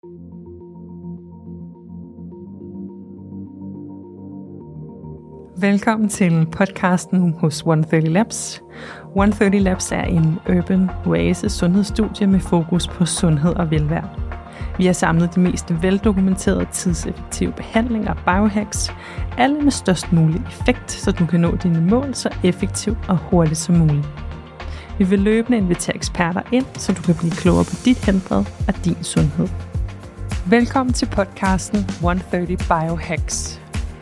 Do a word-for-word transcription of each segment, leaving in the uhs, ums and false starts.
Velkommen til podcasten hos et hundrede og tredive Labs. et hundrede og tredive Labs er en urban oasis sundhedsstudie med fokus på sundhed og velvære. Vi har samlet de mest veldokumenterede tidseffektive behandlinger, biohacks, alle med størst mulig effekt, så du kan nå dine mål så effektivt og hurtigt som muligt. Vi vil løbende invitere eksperter ind, så du kan blive klogere på dit helbred og din sundhed. Velkommen til podcasten et hundrede og tredive Biohacks.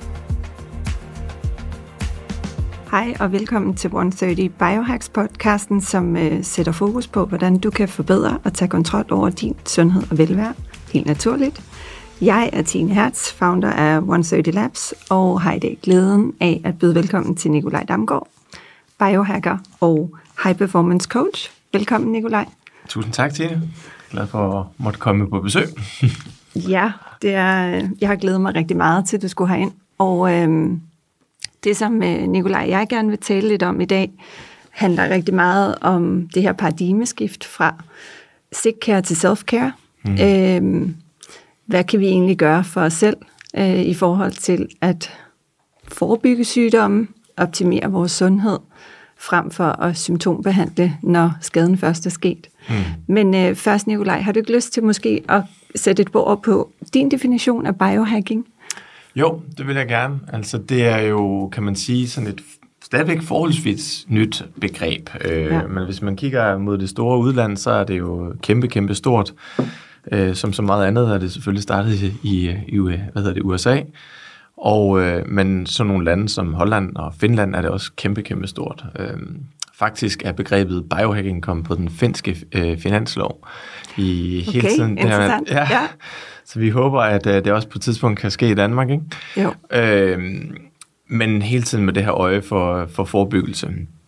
Hej og velkommen til et hundrede og tredive Biohacks podcasten, som øh, sætter fokus på, hvordan du kan forbedre og tage kontrol over din sundhed og velvære, helt naturligt. Jeg er Tine Hertz, founder af et hundrede og tredive Labs, og har i dag glæden af at byde velkommen til Nikolaj Damgaard, biohacker og high performance coach. Velkommen, Nikolaj. Tusind tak, Tine. Glad for at måtte komme på besøg. Ja, det er, jeg har glædet mig rigtig meget til, at du skulle herind, og øh, det, som Nikolaj og jeg gerne vil tale lidt om i dag, handler rigtig meget om det her paradigmeskift fra sick care til self-care. Mm. Øhm, hvad kan vi egentlig gøre for os selv øh, i forhold til at forebygge sygdomme, optimere vores sundhed, frem for at symptombehandle, når skaden først er sket. Mm. Men øh, først, Nikolaj, har du ikke lyst til måske at sætte et ord på din definition af biohacking? Jo, det vil jeg gerne. Altså, det er jo, kan man sige, sådan et stadigvæk forholdsvis nyt begreb. Øh, ja. Men hvis man kigger mod det store udland, så er det jo kæmpe, kæmpe stort. Øh, som så meget andet er det selvfølgelig startet i, i, i hvad hedder det, U S A. Og, øh, men sådan nogle lande som Holland og Finland er det også kæmpe, kæmpe stort. Øh, faktisk er begrebet biohacking kommet på den finske øh, finanslov i okay, hele tiden. Interessant. Ja. ja. Så vi håber, at øh, det også på et tidspunkt kan ske i Danmark, ikke? Jo. Øhm, men hele tiden med det her øje for, for forebyggelse.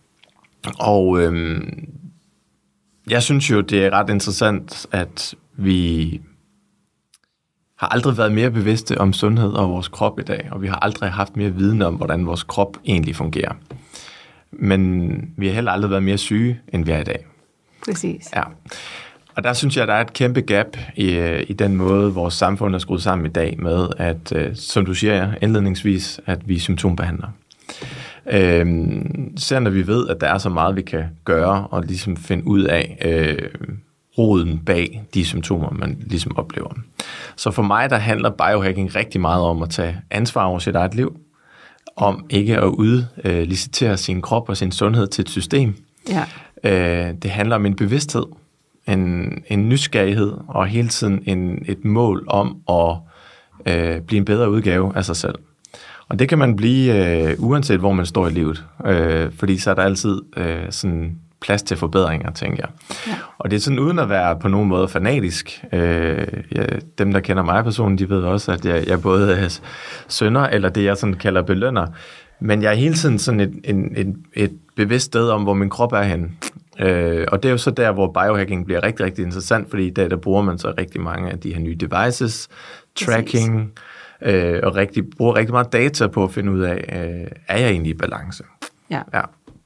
Og øhm, jeg synes jo, det er ret interessant, at vi har aldrig været mere bevidste om sundhed og vores krop i dag, og vi har aldrig haft mere viden om, hvordan vores krop egentlig fungerer. Men vi har heller aldrig været mere syge, end vi er i dag. Præcis. Ja. Og der synes jeg, at der er et kæmpe gap i, i den måde, vores samfund er skruet sammen i dag med, at, som du siger indledningsvis, at vi symptombehandler. Øhm, selv når vi ved, at der er så meget, vi kan gøre og ligesom finde ud af øh, roden bag de symptomer, man ligesom oplever. Så for mig, der handler biohacking rigtig meget om at tage ansvar over sit eget liv, om ikke at udlicitere sin krop og sin sundhed til et system. Ja. Øh, det handler om en bevidsthed. En, en nysgerrighed og hele tiden en, et mål om at øh, blive en bedre udgave af sig selv. Og det kan man blive øh, uanset hvor man står i livet, øh, fordi så er der altid øh, sådan plads til forbedringer, tænker jeg. Ja. Og det er sådan uden at være på nogen måde fanatisk. Øh, ja, dem, der kender mig personligt, de ved også, at jeg, jeg både er synder, eller det jeg sådan kalder belønner. Men jeg er hele tiden sådan et, en, et, et bevidst sted om, hvor min krop er henne. Øh, og det er jo så der, hvor biohacking bliver rigtig, rigtig interessant, fordi i dag, der bruger man så rigtig mange af de her nye devices, tracking, øh, og rigtig, bruger rigtig meget data på at finde ud af, øh, er jeg egentlig i balance? Ja. Ja.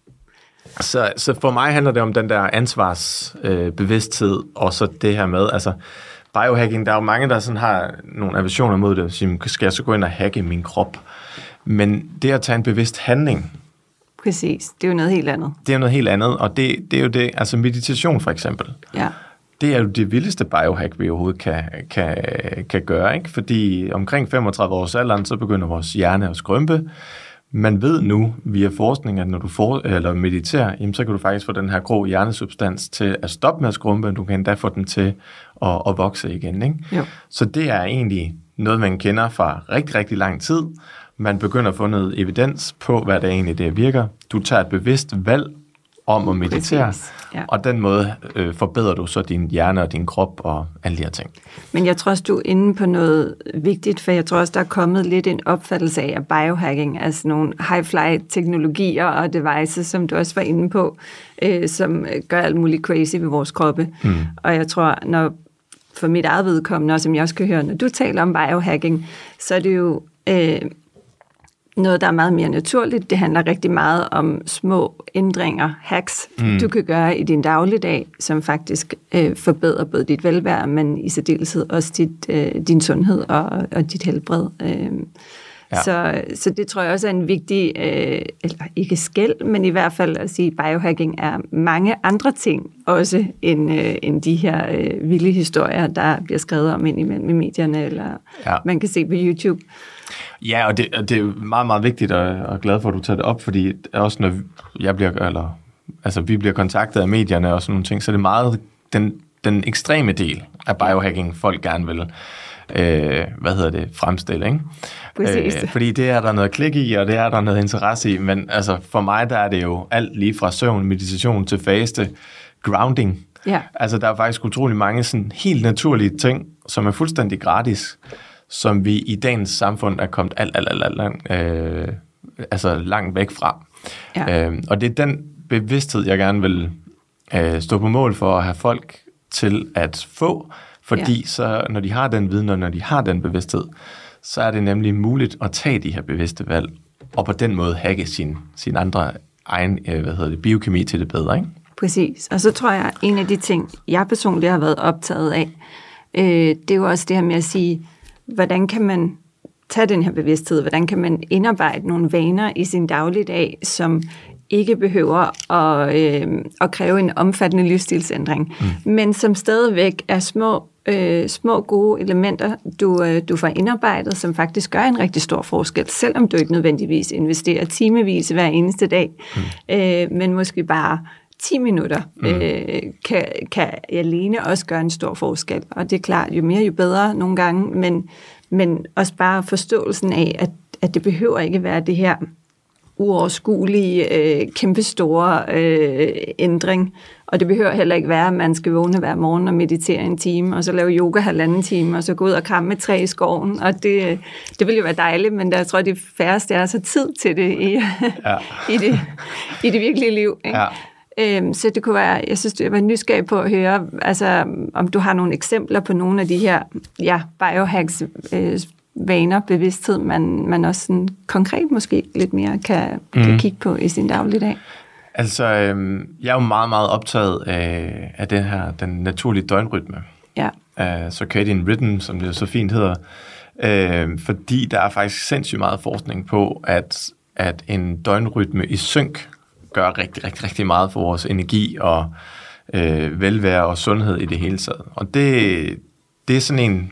Så, så for mig handler det om den der ansvarsbevidsthed, øh, og så det her med, altså biohacking, der er jo mange, der sådan har nogle aversioner mod det, så skal jeg så gå ind og hacke min krop? Men det at tage en bevidst handling, præcis, det er jo noget helt andet. Det er jo noget helt andet, og det, det er jo det, altså meditation for eksempel. Ja. Det er jo det vildeste biohack, vi overhovedet kan, kan, kan gøre, ikke? Fordi omkring femogtredive års alderen, så begynder vores hjerne at skrømpe. Man ved nu via forskning, at når du for, eller mediterer, jamen, så kan du faktisk få den her grå hjernesubstans til at stoppe med at skrumpe, og du kan endda få den til at, at vokse igen, ikke? Jo. Så det er egentlig noget, man kender fra rigtig, rigtig lang tid. Man begynder at få noget evidens på, hvad det egentlig det virker. Du tager et bevidst valg om at meditere, ja. Og den måde øh, forbedrer du så din hjerne og din krop og alle de her ting. Men jeg tror også, du er inde på noget vigtigt, for jeg tror også, der er kommet lidt en opfattelse af, at biohacking er sådan nogle high-fly-teknologier og devices, som du også var inde på, øh, som gør alt muligt crazy ved vores kroppe. Mm. Og jeg tror, når for mit eget vedkommende, og som jeg også kan høre, når du taler om biohacking, så er det jo... Øh, noget, der er meget mere naturligt. Det handler rigtig meget om små ændringer, hacks, mm. du kan gøre i din dagligdag, som faktisk øh, forbedrer både dit velvære, men i særdeleshed også dit, øh, din sundhed og, og dit helbred. Øh, ja. så, så det tror jeg også er en vigtig, øh, eller ikke skel, men i hvert fald at sige, biohacking er mange andre ting, også end, øh, end de her øh, vilde historier, der bliver skrevet om ind imellem i medierne, eller ja. man kan se på YouTube. Ja, og det, og det er meget, meget vigtigt, og jeg er glad for, at du tager det op, fordi også når jeg bliver, eller, altså, vi bliver kontaktet af medierne og sådan nogle ting, så er det meget den, den ekstreme del af biohacking, folk gerne vil øh, hvad hedder det, fremstille, ikke? Præcis. Øh, fordi det er der noget klik i, og det er der noget interesse i, men altså, for mig der er det jo alt lige fra søvn, meditation til faste, grounding. Ja. Altså, der er faktisk utrolig mange sådan helt naturlige ting, som er fuldstændig gratis, som vi i dagens samfund er kommet alt, alt, alt, alt langt, øh, altså langt væk fra. Ja. Øh, og det er den bevidsthed, jeg gerne vil øh, stå på mål for at have folk til at få, fordi ja. så når de har den viden, og når de har den bevidsthed, så er det nemlig muligt at tage de her bevidste valg, og på den måde hacke sin, sin andre egen øh, hvad hedder det, biokemi til det bedre, ikke? Præcis. Og så tror jeg, at en af de ting, jeg personligt har været optaget af, øh, det er jo også det her med at sige, hvordan kan man tage den her bevidsthed? Hvordan kan man indarbejde nogle vaner i sin dagligdag, som ikke behøver at, øh, at kræve en omfattende livsstilsændring, mm. men som stadigvæk er små, øh, små gode elementer, du, øh, du får indarbejdet, som faktisk gør en rigtig stor forskel, selvom du ikke nødvendigvis investerer timevis hver eneste dag, mm. øh, men måske bare ti minutter mm. øh, kan, kan alene også gøre en stor forskel. Og det er klart, jo mere, jo bedre nogle gange, men, men også bare forståelsen af, at, at det behøver ikke være det her uoverskuelige, øh, kæmpestore øh, ændring. Og det behøver heller ikke være, at man skal vågne hver morgen og meditere en time, og så lave yoga halvanden time, og så gå ud og kramme et træ i skoven. Og det, det vil jo være dejligt, men der tror jeg, de færreste er så tid til det i, ja. i, det, i det virkelige liv. Ikke? Ja. Så det kunne være, jeg synes, jeg var nysgerrig på at høre, altså, om du har nogle eksempler på nogle af de her ja, biohacks, øh, vaner, bevidsthed, man, man også sådan konkret måske lidt mere kan, mm. kan kigge på i sin dagligdag. Altså, øh, jeg er jo meget, meget optaget af, af den her, den naturlige døgnrytme. Ja. Uh, circadian rhythm, som det så fint hedder. Uh, fordi der er faktisk sindssygt meget forskning på, at, at en døgnrytme i synk gør rigtig, rigtig, rigtig meget for vores energi og øh, velvære og sundhed i det hele taget. Og det, det er sådan en,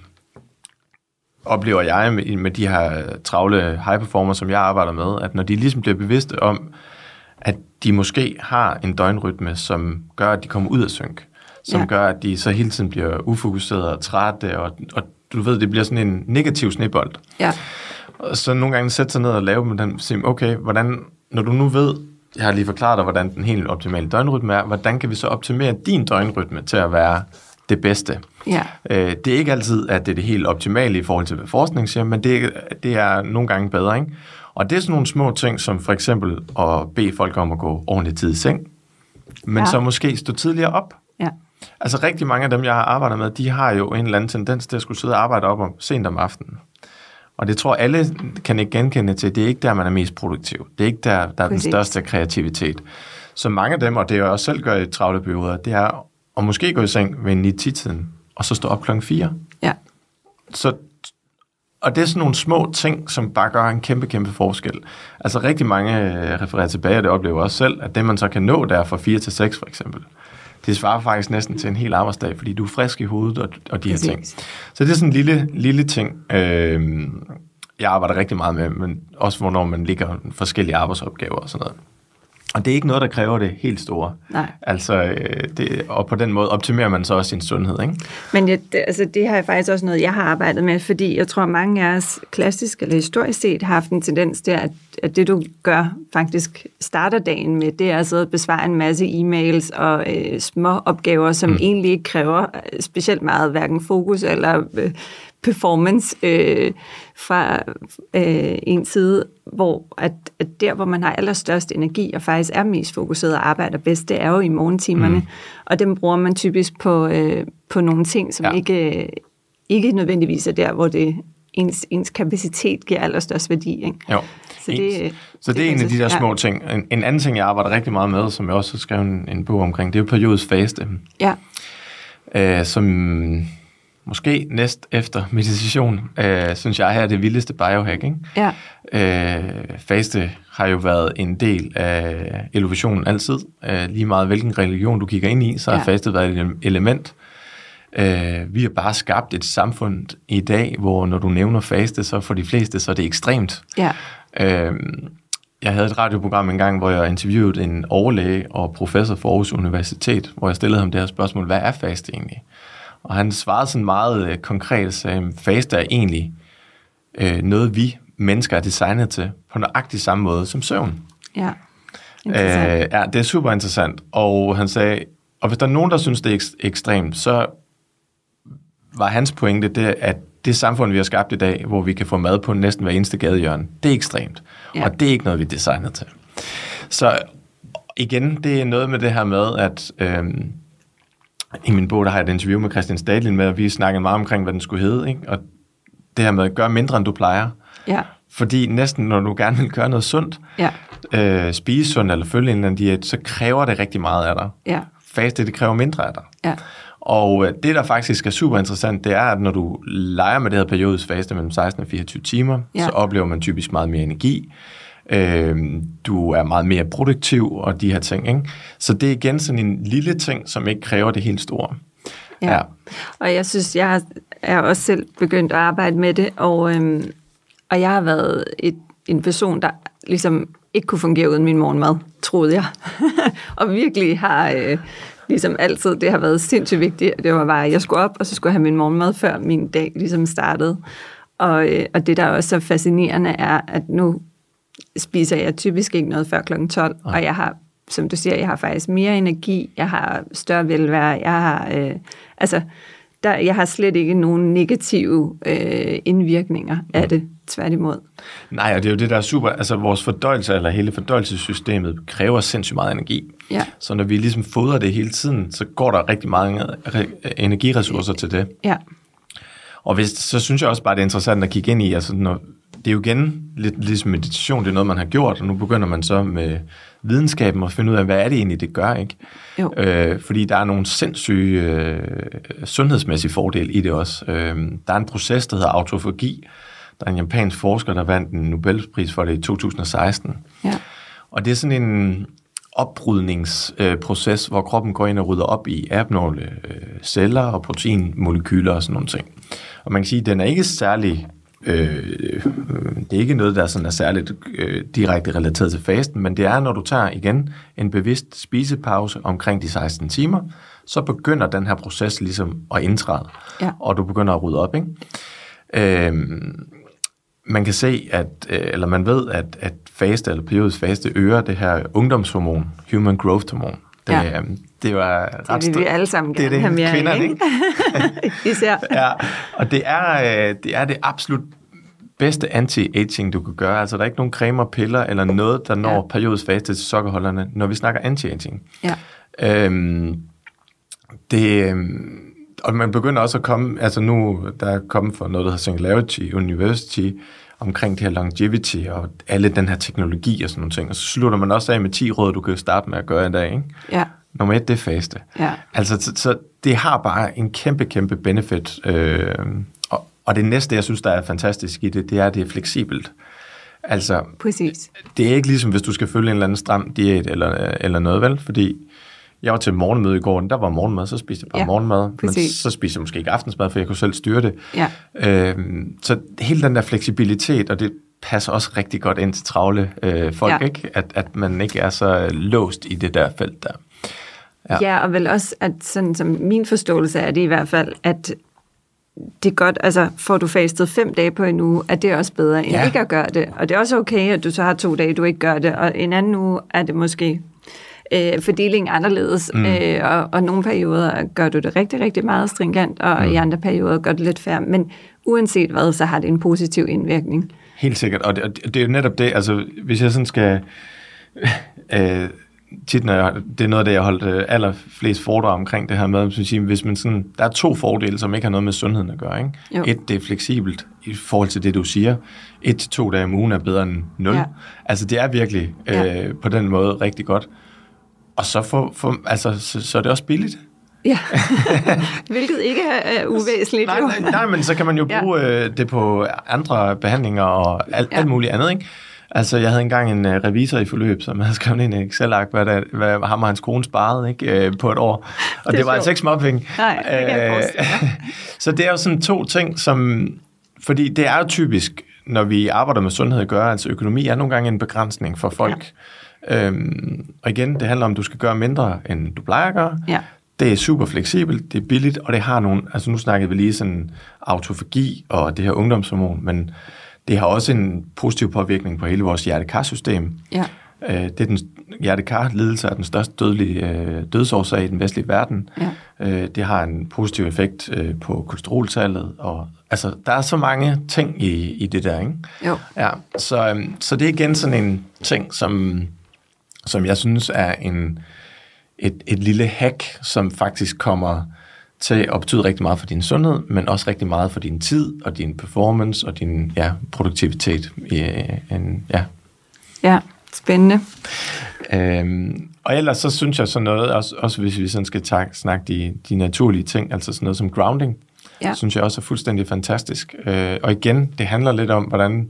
oplever jeg med, med de her travle high performer, som jeg arbejder med, at når de ligesom bliver bevidste om, at de måske har en døgnrytme, som gør, at de kommer ud af synk, som ja. gør, at de så hele tiden bliver ufokuserede og trætte, og, og du ved, det bliver sådan en negativ snebold. Ja. Og så nogle gange sætte sig ned og lave med den, og sige, okay, hvordan, når du nu ved, jeg har lige forklaret dig, hvordan den helt optimale døgnrytme er. Hvordan kan vi så optimere din døgnrytme til at være det bedste? Ja. Øh, det er ikke altid, at det er det helt optimale i forhold til, hvad forskning siger, men det, det er nogle gange bedre, ikke? Og det er sådan nogle små ting, som for eksempel at bede folk om at gå ordentligt tid i seng, men ja. så måske stå tidligere op. Ja. Altså rigtig mange af dem, jeg har arbejdet med, de har jo en eller anden tendens til at skulle sidde og arbejde op om sent om aftenen. Og det tror alle kan ikke genkende til, det er ikke der, man er mest produktiv. Det er ikke der, der er den største kreativitet. Så mange af dem, og det jeg også selv gør i travle perioder, det er at måske gå i seng ved ni-ti-tiden, og så stå op klokken fire. Ja. Så, og det er sådan nogle små ting, som bare gør en kæmpe, kæmpe forskel. Altså rigtig mange refererer tilbage, og det oplever også selv, at det man så kan nå der fra fire til seks for eksempel, det svarer faktisk næsten til en hel arbejdsdag, fordi du er frisk i hovedet og, og de Præcis. her ting. Så det er sådan en lille, lille ting, øh, jeg arbejder rigtig meget med, men også hvornår man ligger forskellige arbejdsopgaver og sådan noget. Og det er ikke noget, der kræver det helt store. Nej. Altså, det, og på den måde optimerer man så også sin sundhed, ikke? Men jeg, det, altså, det har jeg faktisk også noget, jeg har arbejdet med, fordi jeg tror, mange af os klassisk eller historisk set har haft en tendens til, at, at det du gør faktisk starter dagen med, det er altså at besvare en masse e-mails og øh, små opgaver, som mm. egentlig ikke kræver specielt meget, hverken fokus eller øh, performance øh, fra øh, en side, hvor at, at der, hvor man har allerstørst energi og faktisk er mest fokuseret og arbejder bedst, det er jo i morgentimerne. Mm. Og dem bruger man typisk på, øh, på nogle ting, som ja. ikke, ikke nødvendigvis er der, hvor det ens, ens kapacitet giver allerstørst værdi. Ikke? Jo. Så det, så det, det er en af de der små ja. ting. En, en anden ting, jeg arbejder rigtig meget med, som jeg også har skrevet en, en bog omkring, det er jo periodisk faste. Ja. Øh, som måske næst efter meditation, øh, synes jeg her er det vildeste biohack. Ikke? Ja. Øh, faste har jo været en del af evolutionen altid. Øh, lige meget hvilken religion du kigger ind i, så har ja. faste været et element. Øh, vi har bare skabt et samfund i dag, hvor når du nævner faste, så for de fleste, så er det ekstremt. Ja. Øh, jeg havde et radioprogram engang, hvor jeg interviewede en overlæge og professor for Aarhus Universitet, hvor jeg stillede ham det her spørgsmål, hvad er faste egentlig? Og han svarede sådan meget øh, konkret, sagde, faste er egentlig øh, noget, vi mennesker er designet til, på nøjagtig samme måde som søvn. Ja, interessant. Øh, ja, det er super interessant. Og han sagde, og hvis der er nogen, der synes, det er ek- ekstremt, så var hans pointe det, at det samfund, vi har skabt i dag, hvor vi kan få mad på næsten hver eneste gadehjørne, det er ekstremt. Ja. Og det er ikke noget, vi er designet til. Så igen, det er noget med det her med, at øhm, i min bog, der har jeg et interview med Christian Stadlin med, og vi snakkede meget omkring, hvad den skulle hedde, ikke? Og det her med at gøre mindre, end du plejer. Ja. Fordi næsten, når du gerne vil gøre noget sundt, ja. øh, spise sundt eller følge en eller anden diæt, så kræver det rigtig meget af dig. Ja. Faste, det kræver mindre af dig. Ja. Og det, der faktisk er super interessant, det er, at når du leger med det her periodisk faste mellem seksten og fireogtyve timer, ja. så oplever man typisk meget mere energi. Øh, du er meget mere produktiv og de her ting. Ikke? Så det er igen sådan en lille ting, som ikke kræver det helt store. Ja. ja. Og jeg synes, jeg er også selv begyndt at arbejde med det, og, øhm, og jeg har været et, en person, der ligesom ikke kunne fungere uden min morgenmad, troede jeg. Og virkelig har... Øh, Ligesom altid, det har været sindssygt vigtigt. Det var bare, at jeg skulle op, og så skulle jeg have min morgenmad, før min dag ligesom startede. Og, og det, der også er fascinerende, er, at nu spiser jeg typisk ikke noget før klokken tolv, okay. og jeg har, som du siger, jeg har faktisk mere energi, jeg har større velvære, jeg har, øh, altså, der, jeg har slet ikke nogen negative øh, indvirkninger af mm. det, tværtimod. Nej, og det er jo det, der er super, altså vores fordøjelse, eller hele fordøjelsessystemet, kræver sindssygt meget energi. Ja. Så når vi ligesom fodrer det hele tiden, så går der rigtig mange energiressourcer til det. Ja. Og hvis, så synes jeg også bare, det er interessant at kigge ind i, altså når, det er jo igen lidt ligesom meditation, det er noget, man har gjort, og nu begynder man så med videnskaben at finde ud af, hvad er det egentlig, det gør, ikke? Jo. Øh, fordi der er nogle sindssyge øh, sundhedsmæssige fordele i det også. Øh, der er en proces, der hedder autofagi. Der er en japansk forsker, der vandt en Nobelpris for det i to tusind og seksten. Ja. Og det er sådan en opbrydningsproces, øh, hvor kroppen går ind og rydder op i abnormale øh, celler og proteinmolekyler og sådan nogle ting. Og man kan sige, at den er ikke særlig... Øh, det er ikke noget, der sådan er særligt øh, direkte relateret til fasten, men det er, når du tager igen en bevidst spisepause omkring de seksten timer, så begynder den her proces ligesom at indtræde, ja. og du begynder at rydde op, ikke? Øh, man kan se, at, eller man ved, at, at faste eller periodisk faste øger det her ungdomshormon, human growth hormon. Det, ja. det var ret det vil vi alle sammen gerne det er det, have mere kvinderne, ikke? Især. Ja, og det er, det er det absolut bedste anti-aging, du kan gøre. Altså, der er ikke nogen cremer, piller eller noget, der når ja. periodisk faste til sukkerholderne, når vi snakker anti-aging. Ja. Øhm, det... Og man begynder også at komme, altså nu, der er kommet for noget, der hedder Singularity University, omkring det her longevity og alle den her teknologi og sådan nogle ting. Og så slutter man også af med ti råd, du kan starte med at gøre i dag, ikke? Ja. Nummer et, det er faste. Ja. Altså, så, så det har bare en kæmpe, kæmpe benefit. Øh, og, og det næste, jeg synes, der er fantastisk i det, det er, at det er fleksibelt. Altså, præcis. Det er ikke ligesom, hvis du skal følge en eller anden stram diæt eller, eller noget, vel? Fordi jeg var til morgenmøde i går, der var morgenmad, så spiste jeg bare ja, morgenmad. Præcis. Men så spiste jeg måske ikke aftensmad, for jeg kunne selv styre det. Ja. Øhm, så hele den der fleksibilitet, og det passer også rigtig godt ind til travle øh, folk, ja. Ikke? At, at man ikke er så låst i det der felt der. Ja, ja, og vel også, at sådan som min forståelse er det i hvert fald, at det er godt, altså får du fastet fem dage på en uge, at det er også bedre end ja. ikke at gøre det. Og det er også okay, at du så har to dage, du ikke gør det, og en anden uge er det måske... Øh, fordeling anderledes, mm. øh, og, og nogle perioder gør du det rigtig, rigtig meget stringent, og mm. i andre perioder gør det lidt færre, men uanset hvad, så har det en positiv indvirkning. Helt sikkert, og det, og det er jo netop det, altså hvis jeg sådan skal, øh, tit, når jeg, det er noget af det, jeg har holdt øh, allerflest foredrag omkring det her med, at sige, hvis man sådan, der er to fordele, som ikke har noget med sundheden at gøre. Ikke? Et, det er fleksibelt i forhold til det, du siger. Et til to dage om ugen er bedre end nul. Ja. Altså, det er virkelig øh, ja. på den måde rigtig godt. Og så, for, for, altså, så, så er det også billigt. Ja, hvilket ikke er uvæsentligt. nej, nej, nej, men så kan man jo bruge ja. øh, det på andre behandlinger og alt, ja. alt muligt andet, ikke? Altså, jeg havde engang en uh, revisor i forløb, som havde skrevet ind i Excel-ark, hvad, der, hvad ham og hans kone sparede ikke, uh, på et år. Og det, det var altså ikke småpenge. Nej, det kan jeg uh, Så det er jo sådan to ting, som... Fordi det er jo typisk, når vi arbejder med sundhed at gøre, altså økonomi er nogle gange en begrænsning for folk. Ja. Øhm, og igen, det handler om, at du skal gøre mindre, end du plejer at gøre. Ja. Det er super fleksibelt, det er billigt, og det har nogle... Altså, nu snakkede vi lige sådan autofagi og det her ungdomshormon, men... Det har også en positiv påvirkning på hele vores hjertekarsystem. Ja. Det er den hjertekarlidelse er den største dødelige øh, dødsårsag i den vestlige verden. Ja. Det har en positiv effekt øh, på kolesteroltallet. Og, altså, der er så mange ting i, i det der, ikke? Jo. Ja, så, øh, så det er igen sådan en ting, som, som jeg synes er en, et, et lille hack, som faktisk kommer... til at betyde rigtig meget for din sundhed, men også rigtig meget for din tid, og din performance, og din ja, produktivitet. I, en, ja. ja, spændende. Øhm, og ellers så synes jeg sådan noget, også, også hvis vi sådan skal tak, snakke de, de naturlige ting, altså sådan noget som grounding, ja. synes jeg også er fuldstændig fantastisk. Øh, og igen, det handler lidt om, hvordan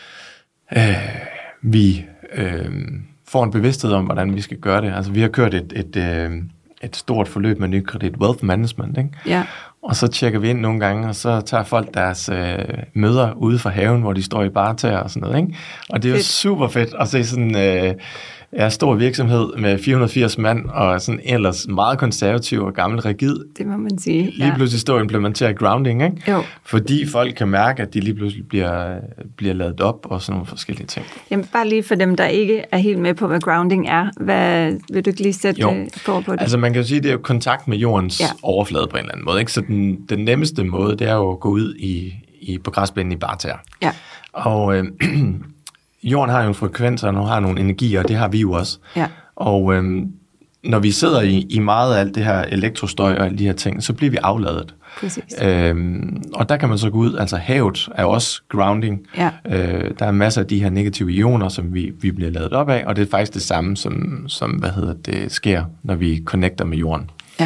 øh, vi øh, får en bevidsthed om, hvordan vi skal gøre det. Altså vi har kørt et... et øh, et stort forløb med Nykredit Wealth Management, ikke? Ja. Og så tjekker vi ind nogle gange, og så tager folk deres øh, møder ude fra haven, hvor de står i barter og sådan noget, ikke? Og det er jo fedt. Super fedt at se sådan øh, ja, stor virksomhed med fire hundrede og firs mand, og sådan ellers meget konservativ og gammel rigid. Det må man sige, Lige ja. pludselig stå og implementere grounding, ikke? Jo. Fordi folk kan mærke, at de lige pludselig bliver, bliver ladet op, og sådan nogle forskellige ting. Jamen bare lige for dem, der ikke er helt med på, hvad grounding er. Hvad, vil du ikke lige sætte for på det? Altså man kan jo sige, at det er jo kontakt med jordens ja. overflade på en eller anden måde, ikke? Så den, den nemmeste måde, det er jo at gå ud i, i, på græsplænen i barter. Ja. Og... Øh, jorden har jo en frekvens, og har nogle energier, og det har vi jo også. Ja. Og øhm, når vi sidder i, i meget af alt det her elektrostøj og alle de her ting, så bliver vi afladet. Præcis. Øhm, og der kan man så gå ud, altså havet er også grounding. Ja. Øh, der er masser af de her negative ioner, som vi, vi bliver ladet op af, og det er faktisk det samme, som, som hvad hedder det, sker, når vi connecter med jorden. Ja.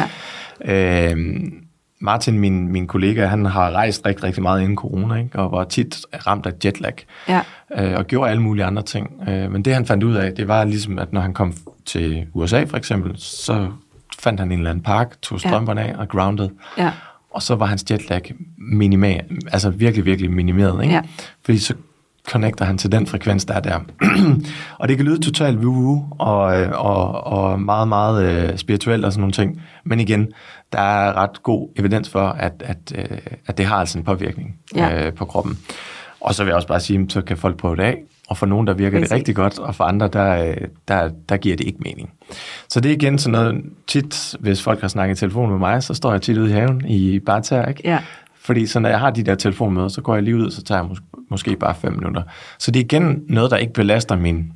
Øhm, Martin, min, min kollega, han har rejst rigtig, rigtig meget inden corona, ikke? Og var tit ramt af jetlag, ja. øh, og gjorde alle mulige andre ting. Øh, men det, han fandt ud af, det var ligesom, at når han kom til U S A for eksempel, så fandt han en eller anden park, tog strømperne ja. af og grounded. Ja. Og så var hans jetlag minimal, altså virkelig, virkelig minimeret, ikke? Ja. Fordi så connecter han til den frekvens, der er der. Og det kan lyde totalt woo og, og, og meget, meget uh, spirituelt og sådan nogle ting. Men igen, der er ret god evidens for, at, at, uh, at det har altså en påvirkning ja. uh, på kroppen. Og så vil jeg også bare sige, så kan folk prøve det af. Og for nogen, der virker det rigtig godt, og for andre, der, der, der giver det ikke mening. Så det er igen sådan noget, tit, hvis folk har snakket i telefon med mig, så står jeg tit ude i haven i barter, ikke? Ja. Fordi så når jeg har de der telefonmøder, så går jeg lige ud, og så tager jeg mås- måske bare fem minutter. Så det er igen noget, der ikke belaster min,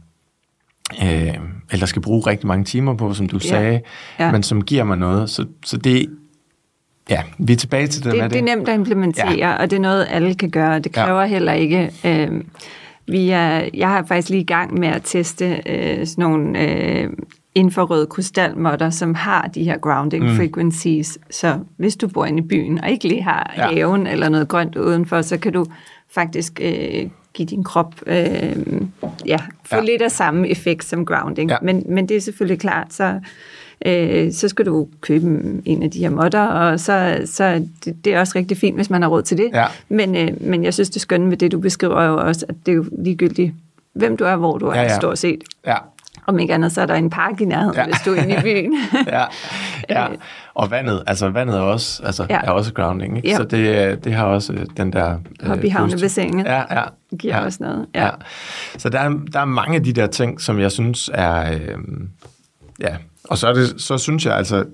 øh, eller skal bruge rigtig mange timer på, som du ja. sagde, ja. men som giver mig noget. Så, så det, ja, vi er tilbage til det, det med det. Det er nemt at implementere, ja. og det er noget, alle kan gøre. Det kræver ja. heller ikke... Øh, vi er, jeg har faktisk lige i gang med at teste øh, sådan nogle øh, infrarøde krystalmåtter, som har de her grounding mm. frequencies. Så hvis du bor inde i byen og ikke lige har ja. haven eller noget grønt udenfor, så kan du faktisk øh, give din krop øh, ja, få ja. lidt af samme effekt som grounding. Ja. Men, men det er selvfølgelig klart, så, øh, så skal du købe en af de her måtter, og så, så det, det er også rigtig fint, hvis man har råd til det. Ja. Men, øh, men jeg synes, det skønne ved det, du beskriver jo også, at det er jo ligegyldigt, hvem du er, hvor du er, ja, ja. stort set. Ja. Om ikke andet, så er der en park i nærheden, ja. hvis du er inde i byen. ja. ja, og vandet, altså vandet er også, altså, ja. er også grounding, ikke? Ja. Så det, det har også den der... Hop i havnebassinet. Ja, ja. Giver ja. også noget. Ja. ja. Så der er, der er mange af de der ting, som jeg synes er... Øh, ja, og så, er det, så synes jeg altså,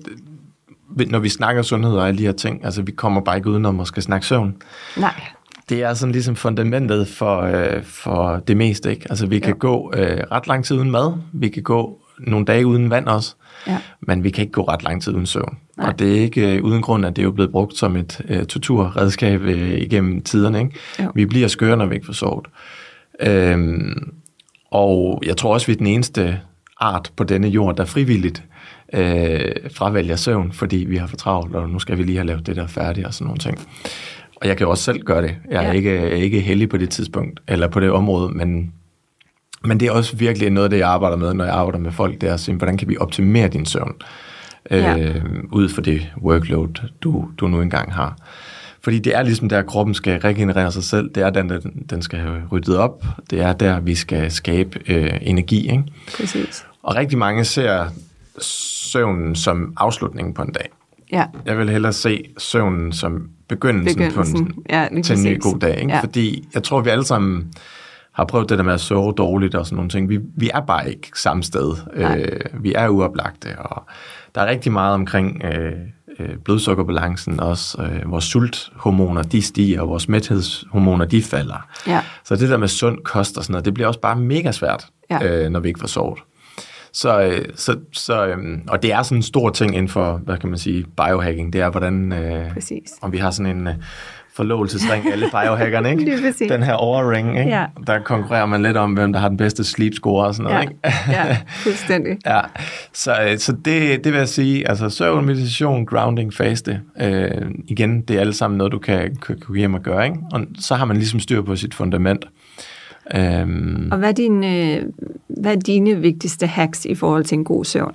når vi snakker sundhed og alle de her ting, altså vi kommer bare ikke udenom at skal snakke søvn. Nej. Det er sådan ligesom fundamentet for, øh, for det meste, ikke? Altså vi kan jo. gå øh, ret lang tid uden mad, vi kan gå nogle dage uden vand også, ja. men vi kan ikke gå ret lang tid uden søvn. Nej. Og det er ikke øh, uden grund, at det er jo blevet brugt som et øh, torturredskab øh, igennem tiderne. Ikke? Vi bliver skøre, når vi ikke får sovet. Øhm, og jeg tror også, vi er den eneste art på denne jord, der frivilligt øh, fravælger søvn, fordi vi har for travlt, og nu skal vi lige have lavet det der færdigt og sådan nogle ting. Og jeg kan også selv gøre det. Jeg er ja. ikke, ikke heldig på det tidspunkt, eller på det område, men, men det er også virkelig noget af det, jeg arbejder med, når jeg arbejder med folk, det er at sige, hvordan kan vi optimere din søvn, ja. øh, ud for det workload, du, du nu engang har. Fordi det er ligesom der, kroppen skal regenerere sig selv, det er der, den skal have ryddet op, det er der, vi skal skabe øh, energi. Ikke? Præcis. Og rigtig mange ser søvnen som afslutningen på en dag. Ja. Jeg vil hellere se søvnen som begyndelsen, begyndelsen. På en, ja, til en ny god dag. Ikke? Ja. Fordi jeg tror, vi alle sammen har prøvet det der med at sove dårligt og sådan nogle ting. Vi, vi er bare ikke samme sted. Øh, vi er uoplagte, og der er rigtig meget omkring øh, øh, blodsukkerbalancen også. Øh, vores sulthormoner, de stiger, og vores mæthedshormoner, de falder. Ja. Så det der med sund kost og sådan noget, det bliver også bare mega svært, ja. øh, når vi ikke får sovet. Så, så, så, og det er sådan en stor ting inden for, hvad kan man sige, biohacking. Det er, hvordan, øh, om vi har sådan en øh, forlovelsesring, alle biohackerne, ikke? Den her overring, ikke? Ja. Der konkurrerer man lidt om, hvem der har den bedste sleep score og sådan noget, ja. ikke? Ja, fuldstændig. Ja. Så, så det, det vil jeg sige, altså søvn, meditation, grounding, faste, øh, igen, det er alle sammen noget, du kan gå hjem og gøre, ikke? Og så har man ligesom styr på sit fundament. Um, og hvad er, din, øh, hvad er dine vigtigste hacks i forhold til en god søvn?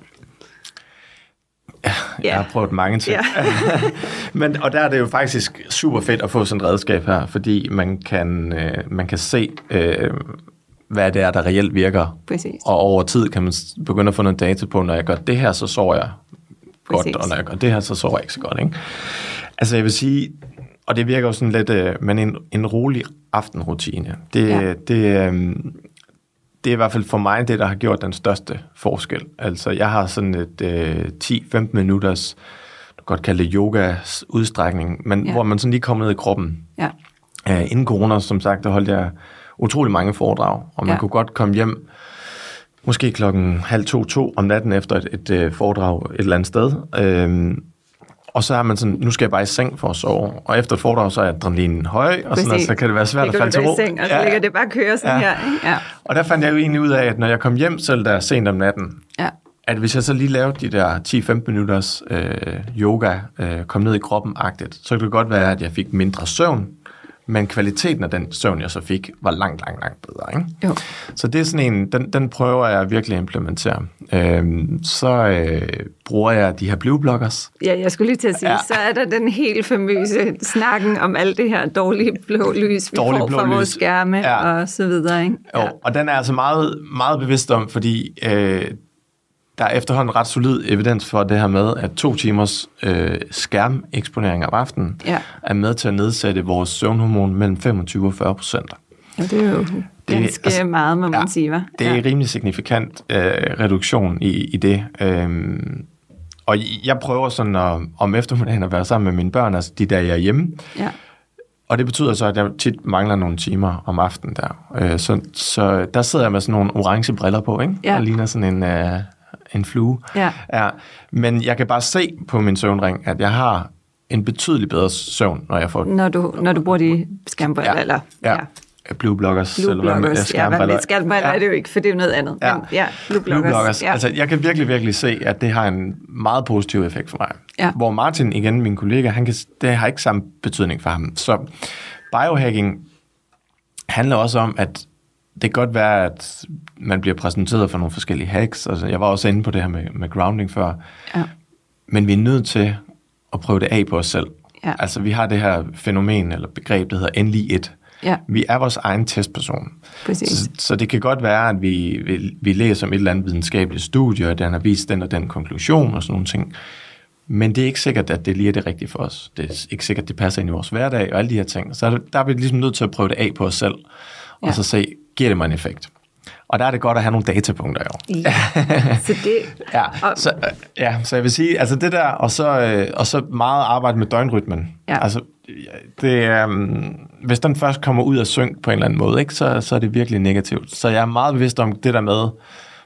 Ja, jeg yeah. har prøvet mange ting. Yeah. Men, og der er det jo faktisk super fedt at få sådan et redskab her, fordi man kan, øh, man kan se, øh, hvad det er, der reelt virker. Præcis. Og over tid kan man begynde at få noget data på, når jeg gør det her, så sover jeg godt, Præcis. Og når jeg gør det her, så sover jeg ikke så godt. Ikke? Altså jeg vil sige, og det virker jo sådan lidt, øh, men en, en rolig aftenrutine, det, ja. det, øh, det er i hvert fald for mig det, der har gjort den største forskel. Altså jeg har sådan et øh, ti til femten minutters, du kan godt kalde det yogas udstrækning, men ja. Hvor man sådan lige kommer ned i kroppen. Ja. Øh, inden corona, som sagt, der holdt jeg utrolig mange foredrag, og man ja. Kunne godt komme hjem, måske klokken halv to, to om natten efter et, et, et foredrag et eller andet sted. Øh, Og så er man sådan, nu skal jeg bare i seng for at sove. Og efter et foredrag, så er adrenalinen høj, og sådan, og så kan det være svært det at falde til ro. Seng, og så ja. Ligger det bare køre sådan ja. Her. Ja. Og der fandt jeg jo egentlig ud af, at når jeg kom hjem selv der sent om natten, ja. At hvis jeg så lige lavede de der ti til femten minutters øh, yoga, øh, kom ned i kroppen-agtigt, så kunne det godt være, at jeg fik mindre søvn, men kvaliteten af den søvn, jeg så fik, var langt, langt, langt bedre. Ikke? Jo. Så det er sådan en, den, den prøver jeg virkelig at implementere. Øhm, så øh, bruger jeg de her blue blockers. Ja, jeg skulle lige til at sige, ja. Så er der den helt famøse snakken om alt det her dårlige blå lys, vi Dårlig får fra vores skærme ja. Og så videre. Ikke? Ja. Jo, og den er altså meget, meget bevidst om, fordi øh, der er efterhånden ret solid evidens for det her med, at to timers øh, skærmeksponering om aftenen ja. Er med til at nedsætte vores søvnhormon mellem femogtyve og fyrre procent. Ja, det er jo det, ganske altså, meget, må man ja, sige, hva'? Det er en ja. Rimelig signifikant øh, reduktion i, i det. Øhm, og jeg prøver sådan at, om eftermiddagen at være sammen med mine børn, altså de der, jeg er hjemme. Ja. Og det betyder så, at jeg tit mangler nogle timer om aftenen der. Øh, så, så der sidder jeg med sådan nogle orange briller på, ikke? Ja. Der ligner sådan en... Øh, en flue. Ja. Ja. Men jeg kan bare se på min søvnring, at jeg har en betydelig bedre søvn, når jeg får... Når du, når du bruger de skærmbriller, ja. Eller... Ja. Ja. Blue blockers. Blue blockers, ja, hvad skærmbriller ja. Er det jo ikke, for det er jo noget andet. Ja, men, ja blue blockers. Blue blockers. Ja. Altså, jeg kan virkelig, virkelig se, at det har en meget positiv effekt for mig. Ja. Hvor Martin, igen, min kollega, han kan, det har ikke samme betydning for ham. Så biohacking handler også om, at det kan godt være, at man bliver præsenteret for nogle forskellige hacks. Altså, jeg var også inde på det her med, med grounding før. Ja. Men vi er nødt til at prøve det af på os selv. Ja. Altså, vi har det her fænomen eller begreb, der hedder N L I et. Ja. Vi er vores egen testperson. Så, så det kan godt være, at vi, vi, vi læser om et eller andet videnskabeligt studie, og den har vist den og den konklusion og sådan nogle ting. Men det er ikke sikkert, at det lige er det rigtige for os. Det er ikke sikkert, at det passer ind i vores hverdag og alle de her ting. Så der er vi ligesom nødt til at prøve det af på os selv. Og ja. Så se, giver det mig en effekt? Og der er det godt at have nogle datapunkter jo. Ja, så det... ja, så, ja, så jeg vil sige, altså det der, og så, og så meget arbejde med døgnrytmen. Ja. Altså, det, um, hvis den først kommer ud af synk på en eller anden måde, ikke, så, så er det virkelig negativt. Så jeg er meget bevidst om det der med,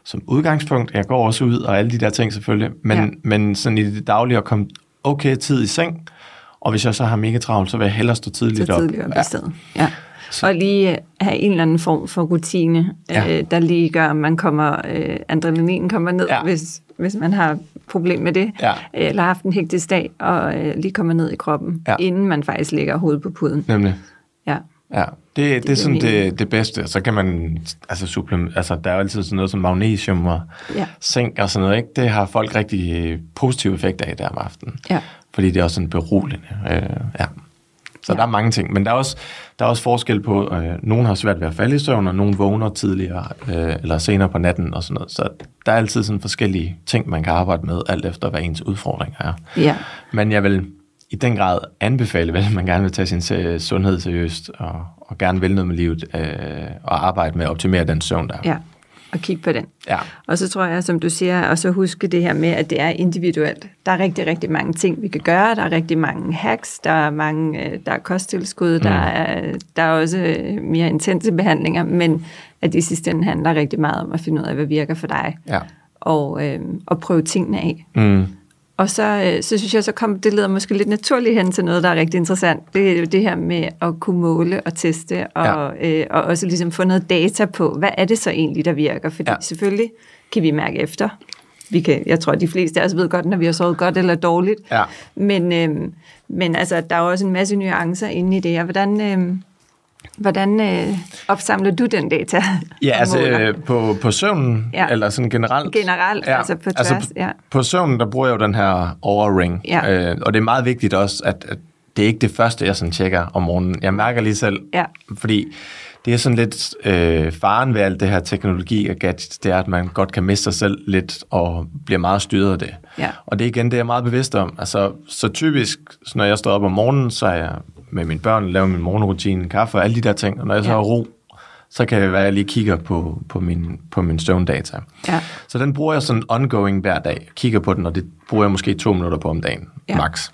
som udgangspunkt. Jeg går også ud og alle de der ting selvfølgelig, men, ja. men sådan i det daglige at komme okay tid i seng, og hvis jeg så har mega travlt, så vil jeg hellere stå tidligt så op. tidligt op ja. i stedet. Ja. Og lige have en eller anden form for rutine, ja. øh, der lige gør, at man kommer, øh, adrenalinen kommer ned, ja. hvis, hvis man har problem med det, ja. eller har haft en hektisk dag, og øh, lige kommer ned i kroppen, ja. inden man faktisk lægger hovedet på puden. Nemlig. Ja. Ja, det, det, det er sådan det, det bedste. Så kan man, altså, supplement, altså der er jo altid sådan noget som magnesium og ja. zink og sådan noget, ikke? Det har folk rigtig positive effekter af der om aftenen. Ja. Fordi det er også sådan beroligende. Øh, ja. Så ja. der er mange ting, men der er også, der er også forskel på, øh, nogen har svært ved at falde i søvn, og nogen vågner tidligere øh, eller senere på natten og sådan noget. Så der er altid sådan forskellige ting, man kan arbejde med, alt efter hvad ens udfordringer er. Ja. Men jeg vil i den grad anbefale, hvis man gerne vil tage sin sundhed seriøst, og, og gerne vil noget med livet, øh, og arbejde med at optimere den søvn der. Ja, og kigge på den. Ja. Og så tror jeg, som du siger, og så huske det her med, at det er individuelt. Der er rigtig, rigtig mange ting, vi kan gøre. Der er rigtig mange hacks, der er mange, der er kosttilskud, mm. der, er, der er også mere intense behandlinger, men at det i sidste ende handler rigtig meget om at finde ud af, hvad virker for dig. Ja. Og, øh, og prøve tingene af. Mm. Og så, så synes jeg, så kom det leder måske lidt naturligt hen til noget, der er rigtig interessant. Det er jo det her med at kunne måle og teste, og, ja. øh, og også ligesom få noget data på, hvad er det så egentlig, der virker? Fordi ja. selvfølgelig kan vi mærke efter. Vi kan, jeg tror, de fleste af os ved godt, når vi har sovet godt eller dårligt. Ja. Men, øh, men altså, der er også en masse nuancer inde i det her. Hvordan... Øh, Hvordan øh, opsamler du den data? Ja, altså øh, på, på søvnen, ja. eller sådan generelt? Generelt, ja. altså på tværs, altså, ja. På søvnen, der bruger jeg jo den her Oura-ring, ja. øh, og det er meget vigtigt også, at, at det er ikke det første, jeg sådan tjekker om morgenen. Jeg mærker lige selv, ja. fordi det er sådan lidt øh, faren ved alt det her teknologi og gadgets, det er, at man godt kan miste sig selv lidt og bliver meget styret af det. Ja. Og det er igen, det er jeg meget bevidst om. Altså, så typisk, så når jeg står op om morgenen, så er jeg med mine børn, laver min morgenrutine, kaffe og alle de der ting. Og når jeg så har ro, så kan det være, at jeg lige kigger på, på min, på min søvndata. Ja. Så den bruger jeg sådan ongoing hver dag. Jeg kigger på den, og det bruger jeg måske to minutter på om dagen, ja. max.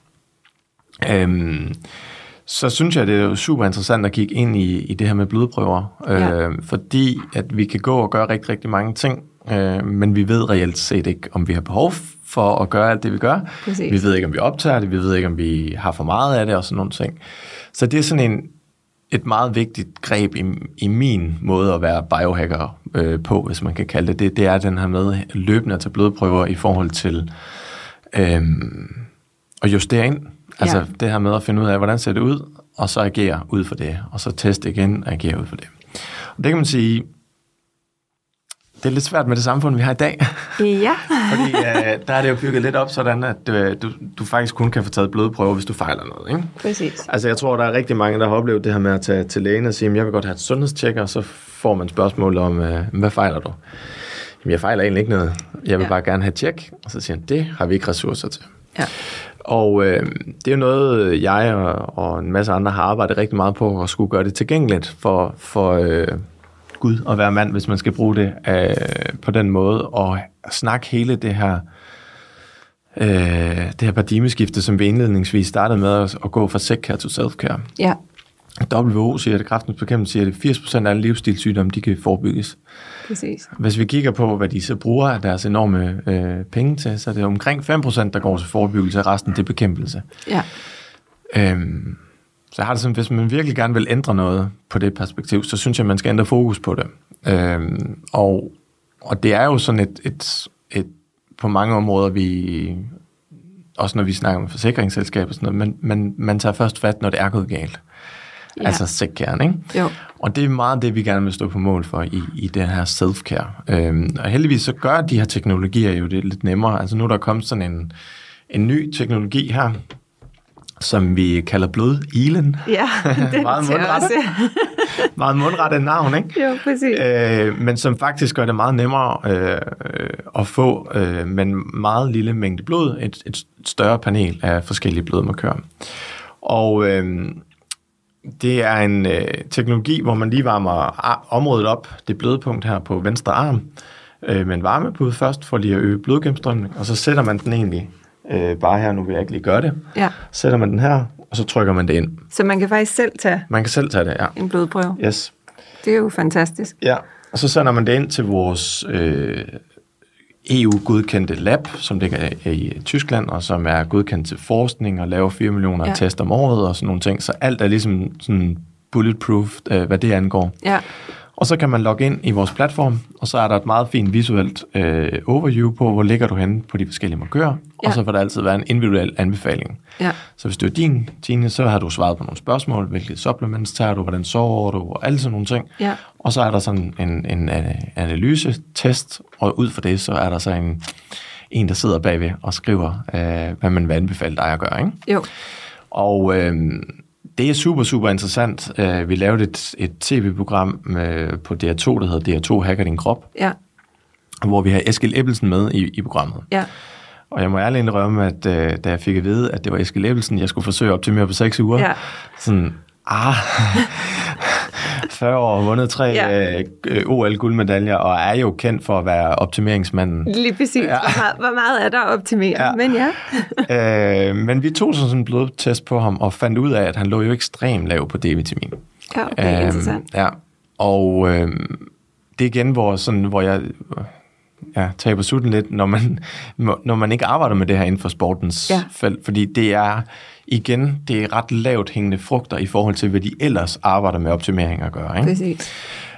Øhm, så synes jeg, det er super interessant at kigge ind i, i det her med blodprøver. Ja. Øh, fordi at vi kan gå og gøre rigtig, rigtig mange ting, øh, men vi ved reelt set ikke, om vi har behov for at gøre alt det, vi gør. Præcis. Vi ved ikke, om vi optager det, vi ved ikke, om vi har for meget af det og sådan nogle ting. Så det er sådan en, et meget vigtigt greb i, i min måde at være biohacker øh, på, hvis man kan kalde det. det. Det er den her med løbende at tage blodprøver i forhold til øh, at justere ind. Altså ja. det her med at finde ud af, hvordan ser det ud, og så agere ud for det, og så teste igen og agere ud for det. Og det kan man sige, det er lidt svært med det samfund, vi har i dag. Ja. Fordi øh, der er det jo bygget lidt op sådan, at øh, du, du faktisk kun kan få taget blodprøver, hvis du fejler noget. Ikke? Præcis. Altså jeg tror, der er rigtig mange, der har oplevet det her med at tage til lægen og sige, jeg vil godt have et sundhedstjek, og så får man spørgsmål om, øh, hvad fejler du? Jamen jeg fejler egentlig ikke noget. Jeg vil ja. bare gerne have et tjek. Og så siger han, det har vi ikke ressourcer til. Ja. Og øh, det er jo noget, jeg og, og en masse andre har arbejdet rigtig meget på, at skulle gøre det tilgængeligt for, for øh, Gud at være mand, hvis man skal bruge det øh, på den måde, og snakke hele det her, øh, det her paradigmeskifte, som vi indledningsvis startede med at, at gå fra sick-care til self-care. Ja. W H O siger det, Kræftens Bekæmpelse siger det, firs procent af alle livsstilssygdomme, de kan forebygges. Præcis. Hvis vi kigger på, hvad de så bruger af deres enorme øh, penge til, så er det omkring fem procent, der går til forebyggelse, og resten til bekæmpelse. Ja. Øhm, så jeg har det sådan, hvis man virkelig gerne vil ændre noget på det perspektiv, så synes jeg, man skal ændre fokus på det. Øhm, og, og det er jo sådan et, et, et på mange områder, vi også når vi snakker om forsikringsselskaber og sådan noget, men man, man tager først fat, når det er gået galt. Ja. Altså sick-care, ikke? Jo. Og det er meget det, vi gerne vil stå på mål for i, i den her self-care. Øhm, og heldigvis så gør de her teknologier jo det lidt nemmere. Altså nu er der kommet sådan en, en ny teknologi her, som vi kalder blodilen. Ja, det meget mundrettet. meget mundrettet navn, ikke? Jo, præcis. Øh, men som faktisk gør det meget nemmere øh, at få øh, med en meget lille mængde blod, et, et større panel af forskellige blodmarkører. Og øh, det er en øh, teknologi, hvor man lige varmer området op, det blødpunkt her på venstre arm, øh, med en varmepude først, for lige at øge blodgennemstrømning, og så sætter man den egentlig øh, bare her, nu vil jeg ikke lige gøre det, ja. Sætter man den her, og så trykker man det ind. Så man kan faktisk selv tage, man kan selv tage det, ja. En blodprøve? Yes. Det er jo fantastisk. Ja, og så sender man det ind til vores øh, E U-godkendte lab, som ligger i Tyskland, og som er godkendt til forskning og laver fire millioner ja. test om året og sådan nogle ting. Så alt er ligesom sådan bulletproof, øh, hvad det angår. Ja. Og så kan man logge ind i vores platform, og så er der et meget fint visuelt øh, overview på, hvor ligger du henne på de forskellige markører, ja. og så vil der altid være en individuel anbefaling. Ja. Så hvis det er din, Tine, så har du svaret på nogle spørgsmål, hvilke supplements tager du, hvordan sover du, og alle sådan nogle ting. Ja. Og så er der sådan en, en analyse-test, og ud fra det, så er der så en, en der sidder bagved og skriver, øh, hvad man vil anbefale dig at gøre, ikke? Jo. Og øh, det er super, super interessant. Uh, vi lavede et, et tv-program uh, på D R to, der hedder D R to Hacker din krop, ja. hvor vi har Eskil Ebbelsen med i, i programmet. Ja. Og jeg må ærligt indrømme, at uh, da jeg fik at vide, at det var Eskil Ebbelsen, jeg skulle forsøge at optimere på seks uger, ja. sådan, ah, fyrre år, vundet tre ja. uh, O L-guldmedaljer, og er jo kendt for at være optimeringsmanden. Lige præcis. Ja. Hvor, meget, hvor meget er der at optimere? Ja. Men ja. uh, men vi tog sådan en blodtest på ham, og fandt ud af, at han lå jo ekstremt lav på D-vitamin. Ja, okay, uh, interessant. Ja, og uh, det er igen, hvor, sådan, hvor jeg ja, taber sutten lidt, når man, når man ikke arbejder med det her inden for sportens ja. felt, fordi det er igen, det er ret lavt hængende frugter i forhold til, hvad de ellers arbejder med optimering at gøre. Ikke? Præcis.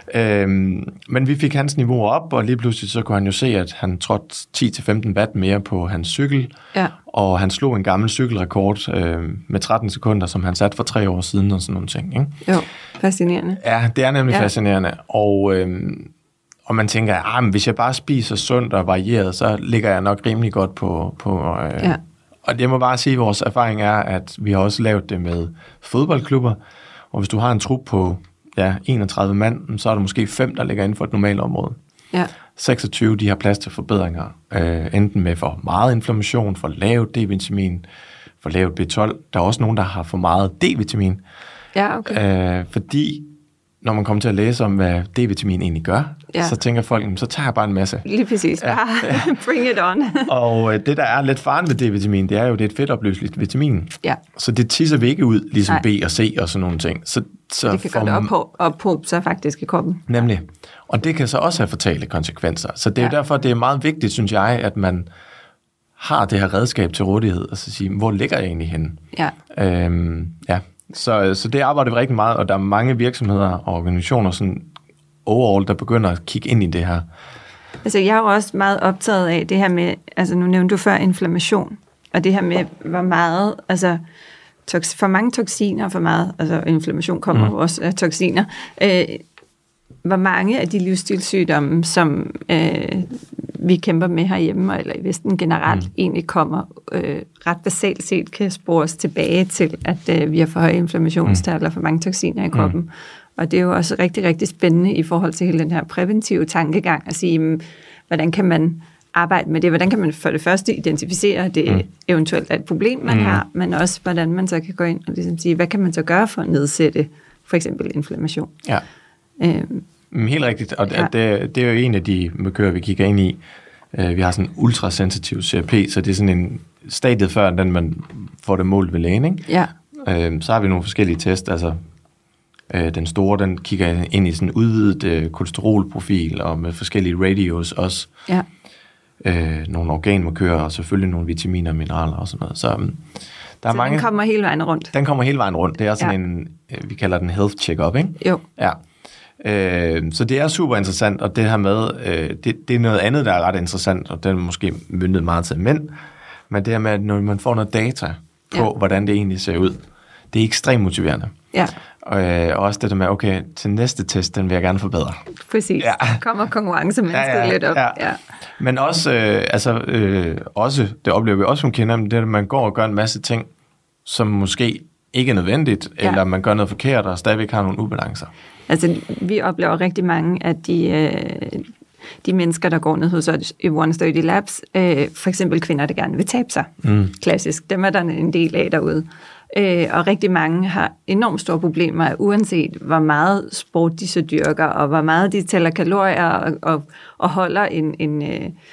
Øhm, men vi fik hans niveau op, og lige pludselig så kunne han jo se, at han trådte ti til femten watt mere på hans cykel, ja. og han slog en gammel cykelrekord øh, med tretten sekunder, som han satte for tre år siden, og sådan nogle ting. Ikke? Jo, fascinerende. Ja, det er nemlig ja. fascinerende, og, øh, og man tænker, at hvis jeg bare spiser sundt og varieret, så ligger jeg nok rimelig godt på... på øh, ja. Og det må bare sige, at vores erfaring er, at vi har også lavet det med fodboldklubber, og hvis du har en trup på ja, enogtredive mand, så er der måske fem, der ligger inden for et normalt område. Ja. seksogtyve, de har plads til forbedringer, øh, enten med for meget inflammation, for lavt D-vitamin, for lavt B tolv. Der er også nogen, der har for meget D-vitamin. Ja, okay. Øh, fordi når man kommer til at læse om, hvad D-vitamin egentlig gør, ja. så tænker folk, så tager jeg bare en masse. Lige præcis. Ja. Bring it on. Og øh, det, der er lidt faren ved D-vitamin, det er jo, det er et fedtopløseligt vitamin. Ja. Så det tisser vi ikke ud, ligesom Nej. B og C og sådan nogle ting. Så, så det kan gøre det op på, op på sig faktisk i kroppen. Nemlig. Og det kan så også have fatale konsekvenser. Så det er ja. jo derfor, det er meget vigtigt, synes jeg, at man har det her redskab til rådighed, og så sige, hvor ligger jeg egentlig henne? Ja. Øhm, ja. Så, så det arbejder vi rigtig meget, og der er mange virksomheder og organisationer sådan overall, der begynder at kigge ind i det her. Altså jeg er jo også meget optaget af det her med, altså nu nævnte du før inflammation, og det her med, hvor meget, altså toks, for mange toksiner, for meget, altså inflammation kommer mm. også af toksiner, øh, hvor mange af de livsstilssygdomme, som øh, vi kæmper med herhjemme, eller i Vesten generelt, mm. egentlig kommer øh, ret basalt set, kan spores tilbage til, at øh, vi har for høje inflammationstal og for mange toksiner i kroppen. Mm. Og det er jo også rigtig, rigtig spændende i forhold til hele den her præventive tankegang, at sige, jamen, hvordan kan man arbejde med det? Hvordan kan man for det første identificere, at det mm. eventuelt er et problem, man mm. har, men også hvordan man så kan gå ind og ligesom sige, hvad kan man så gøre for at nedsætte for eksempel inflammation? Ja. Øhm, Helt rigtigt, og ja. det, det er jo en af de markører, vi kigger ind i. Vi har sådan en ultrasensitiv C R P, så det er sådan en stadiet før, den man får det målt ved lægen, ikke? Ja. Øhm, så har vi nogle forskellige test, altså øh, den store, den kigger ind i sådan en udvidet øh, kolesterolprofil, og med forskellige radios også. Ja. Øh, nogle organmarkører, og selvfølgelig nogle vitaminer og mineraler og sådan noget. Så, um, der er så mange, den kommer hele vejen rundt? Den kommer hele vejen rundt. Det er sådan ja. en, vi kalder den health check-up, ikke? Jo. Ja. Øh, så det er super interessant, og det her med, øh, det, det er noget andet, der er ret interessant, og den er måske myndet meget til mænd, men det her med, at når man får noget data på, ja. hvordan det egentlig ser ud, det er ekstremt motiverende. Ja. Øh, og også det der med, okay, til næste test, den vil jeg gerne forbedre. Præcis. Ja. Kommer konkurrencemennesket ja, ja, lidt op. Ja. Ja. Men også, øh, altså, øh, også, det oplever vi også som kender, det er, at man går og gør en masse ting, som måske ikke er nødvendigt, ja. eller man gør noget forkert, og stadigvæk har nogle ubalancer. Altså, vi oplever rigtig mange af de, øh, de mennesker, der går ned hos os i one thirty Labs, øh, for eksempel kvinder, der gerne vil tabe sig. Mm. Klassisk. Dem er der en del af derude. Øh, og rigtig mange har enormt store problemer, uanset hvor meget sport de så dyrker, og hvor meget de tæller kalorier, og, og, og holder en, en,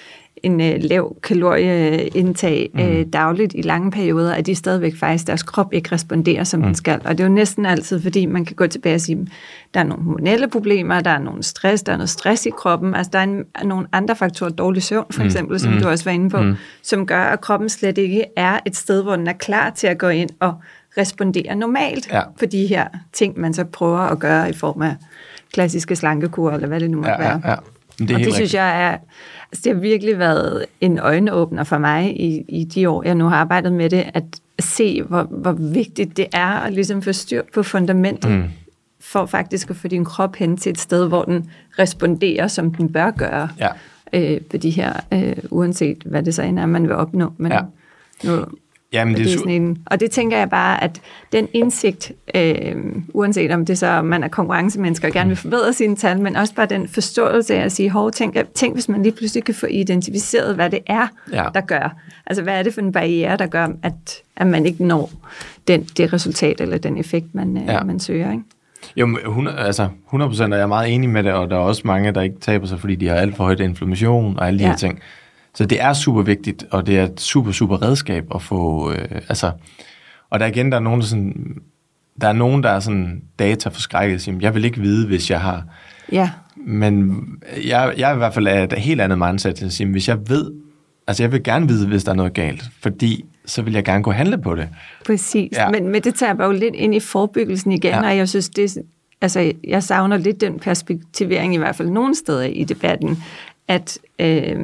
en øh, lav kalorieindtag Mm. øh, dagligt i lange perioder, at de stadigvæk faktisk, deres krop ikke responderer, som mm. den skal. Og det er jo næsten altid, fordi man kan gå tilbage og sige, der er nogle hormonelle problemer, der er nogle stress, der er noget stress i kroppen, altså der er, en, er nogle andre faktorer, dårlig søvn for eksempel, mm. som mm. du også var inde på, mm. som gør, at kroppen slet ikke er et sted, hvor den er klar til at gå ind og respondere normalt ja. på de her ting, man så prøver at gøre i form af klassiske slankekur, eller hvad det nu må ja, være. Ja, ja. Det er og det helt synes jeg er, altså det har virkelig været en øjenåbner for mig i, i de år, jeg nu har arbejdet med det, at se, hvor, hvor vigtigt det er at ligesom få styr på fundamentet, mm. for faktisk at få din krop hen til et sted, hvor den responderer, som den bør gøre, ja. øh, på de her, øh, uanset hvad det så end er, man vil opnå. Men ja. nu, Jamen, det er sådan en, og det tænker jeg bare, at den indsigt, øh, uanset om det så, om man er konkurrencemennesker og gerne vil forbedre sine tal, men også bare den forståelse af at sige, hov, tænk, tænk hvis man lige pludselig kan få identificeret, hvad det er, ja. der gør. Altså, hvad er det for en barriere, der gør, at, at man ikke når den, det resultat eller den effekt, man, ja. man søger, ikke? Jo, hundrede, altså hundrede procent er jeg meget enig med det, og der er også mange, der ikke taber sig, fordi de har alt for højt inflammation og alle de ja. her ting. Så det er super vigtigt, og det er et super, super redskab at få, øh, altså, og der igen, der er nogen, der sådan, der er nogen, der er sådan data forskrækket, siger, jeg vil ikke vide, hvis jeg har, ja. men jeg, jeg er i hvert fald af et helt andet mindset, at sige, hvis jeg ved, altså jeg vil gerne vide, hvis der er noget galt, fordi så vil jeg gerne gå og handle på det. Præcis, ja. men, men det tager bare jo lidt ind i forebyggelsen igen, ja. og jeg synes, det, altså jeg savner lidt den perspektivering, i hvert fald nogle steder i debatten, at øh,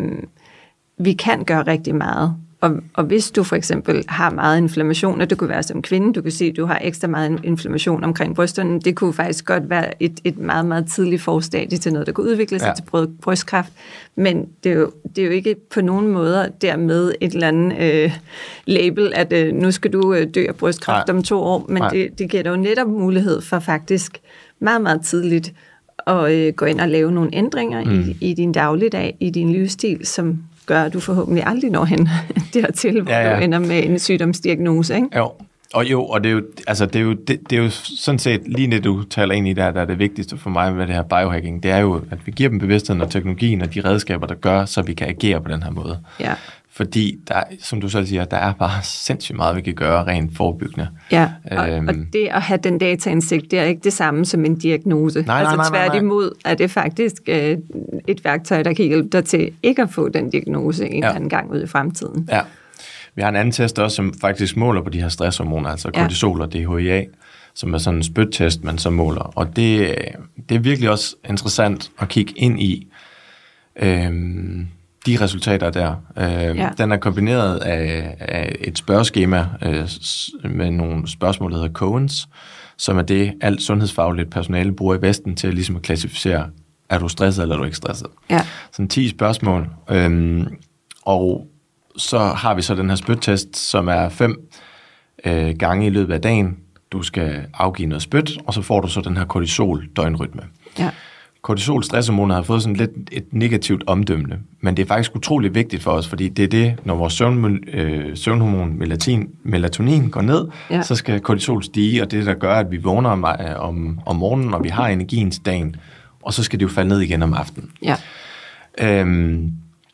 vi kan gøre rigtig meget. Og, og hvis du for eksempel har meget inflammation, og det kunne være som kvinde, du kan se, at du har ekstra meget inflammation omkring brysterne, det kunne faktisk godt være et, et meget, meget tidligt forstadie til noget, der kunne udvikle sig ja. til brystkræft. Men det er, jo, det er jo ikke på nogen måder dermed et eller andet øh, label, at øh, nu skal du øh, dø af brystkræft Nej. om to år, men det, det giver dig jo netop mulighed for faktisk meget, meget tidligt at øh, gå ind og lave nogle ændringer mm. i, i din dagligdag, i din livsstil, som gør, at du forhåbentlig aldrig når hen dertil, hvor ja, ja. du ender med en sygdomsdiagnose, ikke? Jo, og jo, og det er jo, altså det er jo, det, det er jo sådan set lige det, du taler ind i der, der er det vigtigste for mig med det her biohacking, det er jo, at vi giver dem bevidstheden og teknologien og de redskaber, der gør, så vi kan agere på den her måde. Ja. Fordi, der, som du selv siger, der er bare sindssygt meget, vi kan gøre rent forebyggende. Ja, og, øhm. og det at have den dataindsigt, det er ikke det samme som en diagnose. Nej, altså nej, nej, tværtimod nej, nej. er det faktisk øh, et værktøj, der kan hjælpe dig til ikke at få den diagnose en ja. eller anden gang ud i fremtiden. Ja, vi har en anden test også, som faktisk måler på de her stresshormoner, altså kortisol ja. og D H E A, som er sådan en spyttest, man så måler. Og det, det er virkelig også interessant at kigge ind i øhm, de resultater der. Øh, ja. Den er kombineret af, af et spørgeskema øh, med nogle spørgsmål, der hedder Cohen's, som er det, alt sundhedsfagligt personale bruger i Vesten til ligesom at klassificere, er du stresset eller er du ikke stresset. Ja. Sådan ti spørgsmål. Øh, og så har vi så den her spyttest, som er fem øh, gange i løbet af dagen. Du skal afgive noget spyt, og så får du så den her kortisol-døgnrytme. Ja. Kortisol, stresshormoner har fået sådan lidt et negativt omdømme, men det er faktisk utrolig vigtigt for os, fordi det er det, når vores søvn, øh, søvnhormon melatonin, melatonin går ned, ja. så skal kortisol stige, og det der gør, at vi vågner om, om, om morgenen, og vi har energien til dagen, og så skal det jo falde ned igen om aftenen. Ja. Øhm,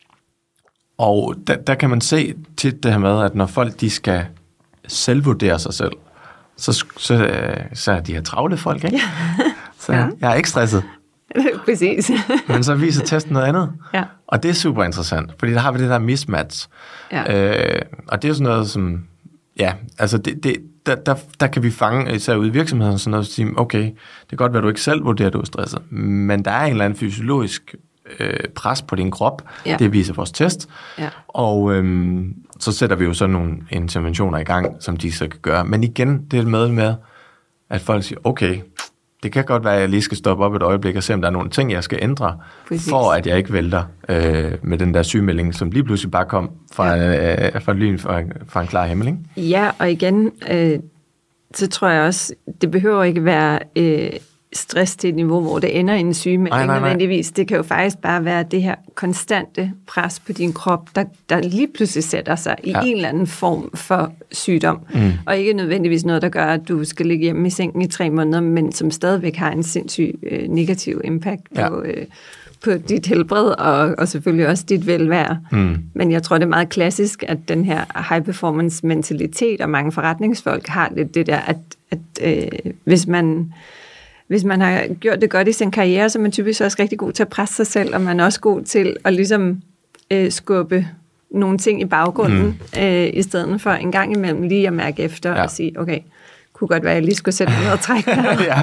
og der, der kan man se tit det her med, at når folk de skal selvvurdere sig selv, så, så, så er de her travle folk, ikke? Ja. Så ja. jeg er ikke stresset. Præcis. Men så viser testen noget andet. Ja. Og det er super interessant, fordi der har vi det der mismatch. Ja. Øh, og det er jo sådan noget som, ja, altså det, det, der, der, der kan vi fange, især ude i virksomheden, sådan noget, og sige, okay, det kan godt være, at du ikke selv vurderer, at du er stresset, men der er en eller anden fysiologisk øh, pres på din krop, ja. det viser vores test, ja. og øhm, så sætter vi jo så nogle interventioner i gang, som de så kan gøre. Men igen, det er med med, at folk siger, okay, det kan godt være, at jeg lige skal stoppe op et øjeblik og se, om der er nogle ting, jeg skal ændre, Præcis. for at jeg ikke vælter øh, med den der sygemelding, som lige pludselig bare kom fra, ja. øh, fra lyn fra, fra en klar himmel, ikke? Ja, og igen, øh, så tror jeg også, det behøver ikke være øh, stress til et niveau, hvor det ender i en sygemelding nødvendigvis. Det kan jo faktisk bare være det her konstante pres på din krop, der, der lige pludselig sætter sig i ja. en eller anden form for sygdom. Mm. Og ikke nødvendigvis noget, der gør, at du skal ligge hjemme i sengen i tre måneder, men som stadigvæk har en sindssyg øh, negativ impact ja. på, øh, på dit helbred, og, og selvfølgelig også dit velvære. Mm. Men jeg tror, det er meget klassisk, at den her high performance mentalitet, og mange forretningsfolk har lidt det der, at, at øh, hvis man... Hvis man har gjort det godt i sin karriere, så er man typisk også rigtig god til at presse sig selv, og man er også god til at ligesom øh, skubbe nogle ting i baggrunden, mm. øh, i stedet for en gang imellem lige at mærke efter ja. og sige, okay, kunne godt være, at jeg lige skulle sætte mig ned og trække der. ja,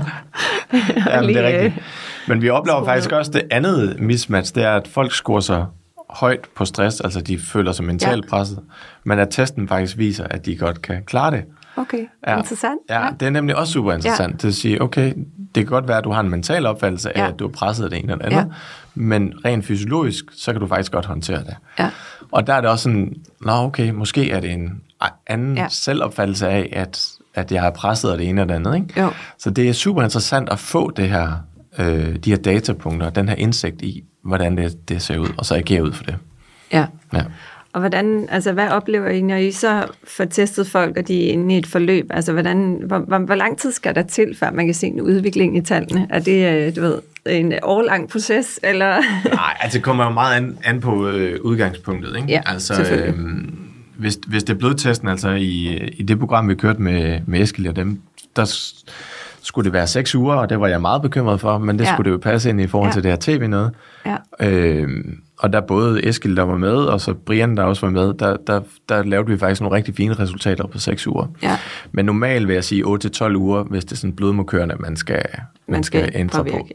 ja men det er rigtigt. Men vi oplever faktisk også det andet mismatch, det er, at folk scorer sig højt på stress, altså de føler sig mentalt ja. presset, men at testen faktisk viser, at de godt kan klare det. Okay, ja. interessant. Ja, det er nemlig også super interessant ja. til at sige, okay, det kan godt være, at du har en mental opfattelse af, ja. at du er presset af det ene eller andet, ja. men rent fysiologisk, så kan du faktisk godt håndtere det. Ja. Og der er det også sådan, nå okay, måske er det en anden ja. selvopfattelse af, at, at jeg er presset af det ene eller andet. Ikke? Så det er super interessant at få det her, øh, de her datapunkter, den her indsigt i, hvordan det, det ser ud, og så agere ud for det. Ja. ja. Og hvordan, altså, hvad oplever I, når I så får testet folk, og de er inde i et forløb? Altså, hvordan, hvor, hvor, hvor lang tid skal der til, før man kan se en udvikling i tallene? Er det, du ved, en årlang proces, eller? Nej, altså det kommer jo meget an, an på øh, udgangspunktet, ikke? Ja, altså, øh, hvis, hvis det er blodtesten, altså i, i det program, vi kørte med, med Eskild og dem, der skulle det være seks uger, og det var jeg meget bekymret for, men det ja. skulle det jo passe ind i forhold ja. til det her tv noget. Ja. Øh, og der både Eskild, der var med, og så Brian, der også var med, der, der, der lavede vi faktisk nogle rigtig fine resultater på seks uger. Ja. Men normalt vil jeg sige otte til tolv uger, hvis det er sådan blodmarkørende, man skal, man, man skal, skal ændre på.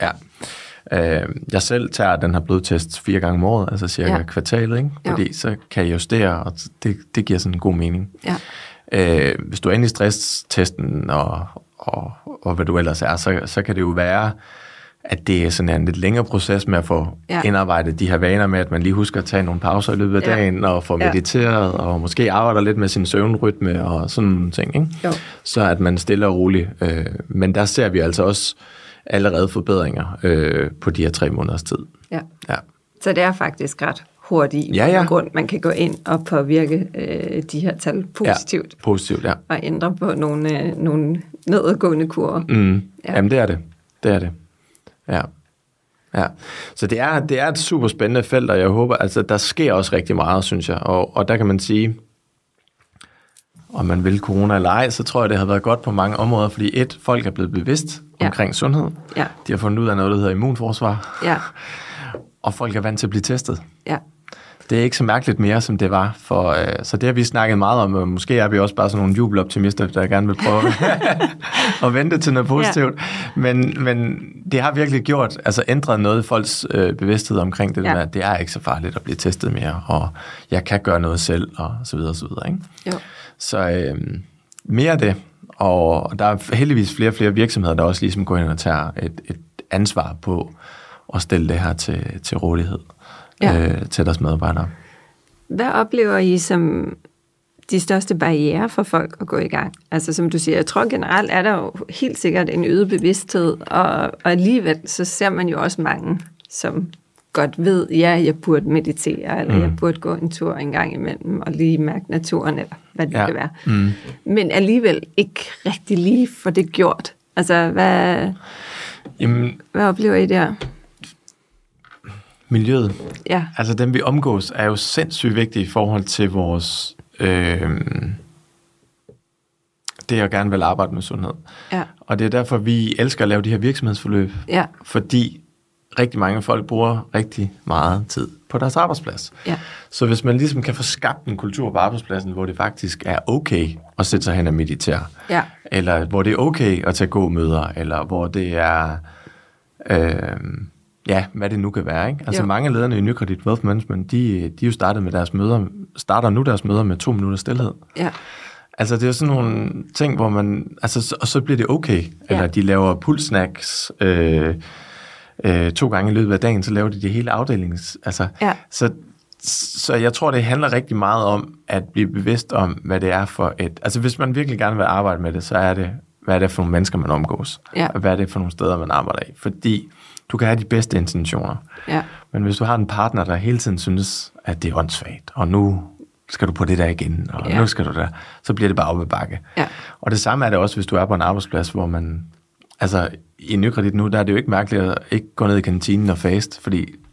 Ja. Øh, jeg selv tager den her blodtest fire gange om året, altså cirka ja. kvartalet, ikke? Fordi jo. så kan jeg justere, og det, det giver sådan en god mening. Ja. Øh, hvis du er inde i stresstesten, og, og, og hvad du ellers er, så, så kan det jo være, at det er sådan en lidt længere proces med at få ja. indarbejdet de her vaner med, at man lige husker at tage nogle pauser i løbet af ja. dagen, og få mediteret, ja. og måske arbejder lidt med sin søvnrytme og sådan nogle ting, ikke? Jo. Så at man stille og roligt. Øh, men der ser vi altså også allerede forbedringer øh, på de her tre måneders tid. Ja. Ja. Så det er faktisk ret hurtigt, ja, ja. grund, man kan gå ind og påvirke øh, de her tal positivt. Ja, positivt, ja. Og ændre på nogle, øh, nogle nedadgående kurver. Mm. Ja. Jamen, det er det. Det er det. Ja. Ja. Så det er, det er et super spændende felt, og jeg håber, altså der sker også rigtig meget, synes jeg. Og, og der kan man sige, om man vil corona eller ej, så tror jeg, det har været godt på mange områder, fordi et, folk er blevet bevidst ja. omkring sundhed. Ja. De har fundet ud af noget, der hedder immunforsvar. Ja. Og folk er vant til at blive testet. Ja. Det er ikke så mærkeligt mere, som det var. For, øh, så det har vi snakket meget om, og måske er vi også bare sådan nogle jubeloptimister, der gerne vil prøve at vente til noget positivt. Ja. Men, men det har virkelig gjort, altså ændret noget i folks øh, bevidsthed omkring det, ja. med, at det er ikke så farligt at blive testet mere, og jeg kan gøre noget selv, og så videre, og så videre. Ikke? Jo. Så øh, mere af det, og der er heldigvis flere og flere virksomheder, der også ligesom går ind og tager et, et ansvar på at stille det her til, til rådighed. Ja. Øh, til deres medarbejdere. Hvad oplever I som de største barrierer for folk at gå i gang? Altså som du siger, jeg tror generelt er der jo helt sikkert en øget bevidsthed, og, og alligevel så ser man jo også mange, som godt ved, ja, jeg burde meditere, eller mm. jeg burde gå en tur en gang imellem, og lige mærke naturen, eller hvad det ja. kan være. Mm. Men alligevel ikke rigtig lige for det gjort. Altså, hvad, Jamen, hvad oplever I der? Miljøet. Ja. Altså dem vi omgås er jo sindssygt vigtige i forhold til vores øh, det jeg gerne vil arbejde med sundhed. Ja. Og det er derfor vi elsker at lave de her virksomhedsforløb. Ja. Fordi rigtig mange folk bruger rigtig meget tid på deres arbejdsplads. Ja. Så hvis man ligesom kan få skabt en kultur på arbejdspladsen, hvor det faktisk er okay at sætte sig hen og meditere, ja. eller hvor det er okay at tage gode møder, eller hvor det er øh, ja, hvad det nu kan være, ikke? Altså jo. Mange af lederne i Nykredit Wealth Management, de, de jo startede med deres møder, starter nu deres møder med to minutter stillhed. Ja. Altså det er sådan nogle ting, hvor man, altså og så bliver det okay. Ja. Eller de laver pulssnacks øh, øh, to gange i løbet af dagen, så laver de det hele afdelings. Altså, ja. så, så jeg tror, det handler rigtig meget om at blive bevidst om, hvad det er for et, altså hvis man virkelig gerne vil arbejde med det, så er det, hvad er det for nogle mennesker, man omgås? Ja. Og hvad er det for nogle steder, man arbejder i? Fordi du kan have de bedste intentioner. Ja. Men hvis du har en partner, der hele tiden synes, at det er åndssvagt, og nu skal du på det der igen, og ja. nu skal du der, så bliver det bare op ad bakke. Ja. Og det samme er det også, hvis du er på en arbejdsplads, hvor man, altså i Nykredit nu, der er det jo ikke mærkeligt at ikke gå ned i kantinen og fast, fordi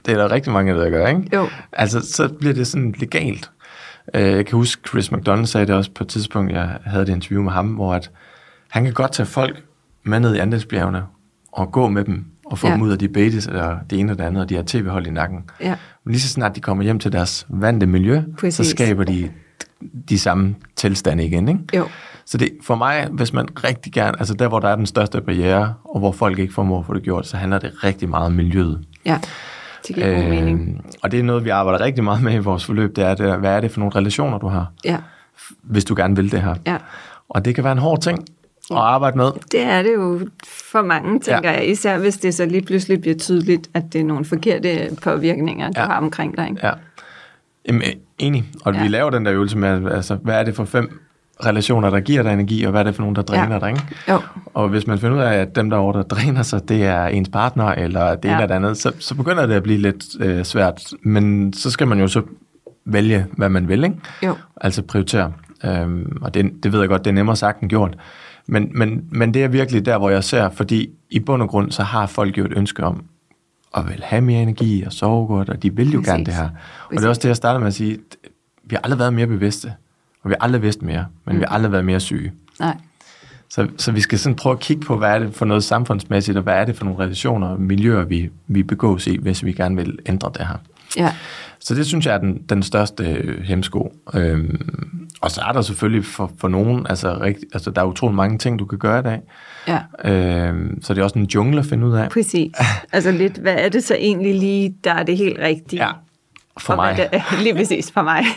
Det er der rigtig mange, der gør, ikke? Jo. Altså, så bliver det sådan legalt. Jeg kan huske, Chris McDonald sagde det også på et tidspunkt, jeg havde et interview med ham, hvor at han kan godt tage folk med ned i Andesbjergene og gå med dem og få ja. dem ud af diabetes eller det ene og det andet, og de har tv-hold i nakken. Ja. Men lige så snart de kommer hjem til deres vante miljø, Præcis. så skaber de de samme tilstande igen, ikke? Jo. Så det, for mig, hvis man rigtig gerne, altså der, hvor der er den største barriere, og hvor folk ikke formår at få det gjort, så handler det rigtig meget om miljøet. Ja, det giver god mening. Og det er noget, vi arbejder rigtig meget med i vores forløb, det er, det, hvad er det for nogle relationer, du har, ja. hvis du gerne vil det her. Ja. Og det kan være en hård ting at arbejde med. Det er det jo for mange, tænker ja. jeg, især hvis det så lige pludselig bliver tydeligt, at det er nogle forkerte påvirkninger, du ja. har omkring dig. Ikke? Ja, Jamen, enig. Og ja. vi laver den der øvelse med, altså, hvad er det for fem relationer, der giver dig energi, og hvad er det for nogen, der dræner ja. dig, ikke? Jo. Og hvis man finder ud af, at dem derovre, der dræner sig, det er ens partner, eller det ja. ene eller andet, så, så begynder det at blive lidt øh, svært. Men så skal man jo så vælge, hvad man vil, ikke? Jo. Altså prioritere. Øhm, og det, det ved jeg godt, det er nemmere sagt end gjort. Men, men, men det er virkelig der, hvor jeg ser, fordi i bund og grund, så har folk jo et ønske om at vil have mere energi og sove godt, og de vil jo Præcis. gerne det her. Og Præcis. det er også det, jeg startede med at sige, vi har aldrig været mere bevidste, og vi har aldrig vidst mere, men mm. vi har aldrig været mere syge. Nej. Så, så vi skal sådan prøve at kigge på, hvad er det for noget samfundsmæssigt, og hvad er det for nogle relationer og miljøer, vi, vi begås i, hvis vi gerne vil ændre det her. Ja. Så det synes jeg er den, den største hemsko. Øhm, og så er der selvfølgelig for, for nogen, altså, rigt, altså der er utrolig mange ting, du kan gøre i dag. Ja. Øhm, så det er også en jungle at finde ud af. Præcis. Altså lidt, hvad er det så egentlig lige, der er det helt rigtige? Ja, for og mig. Det, lige præcis, for mig.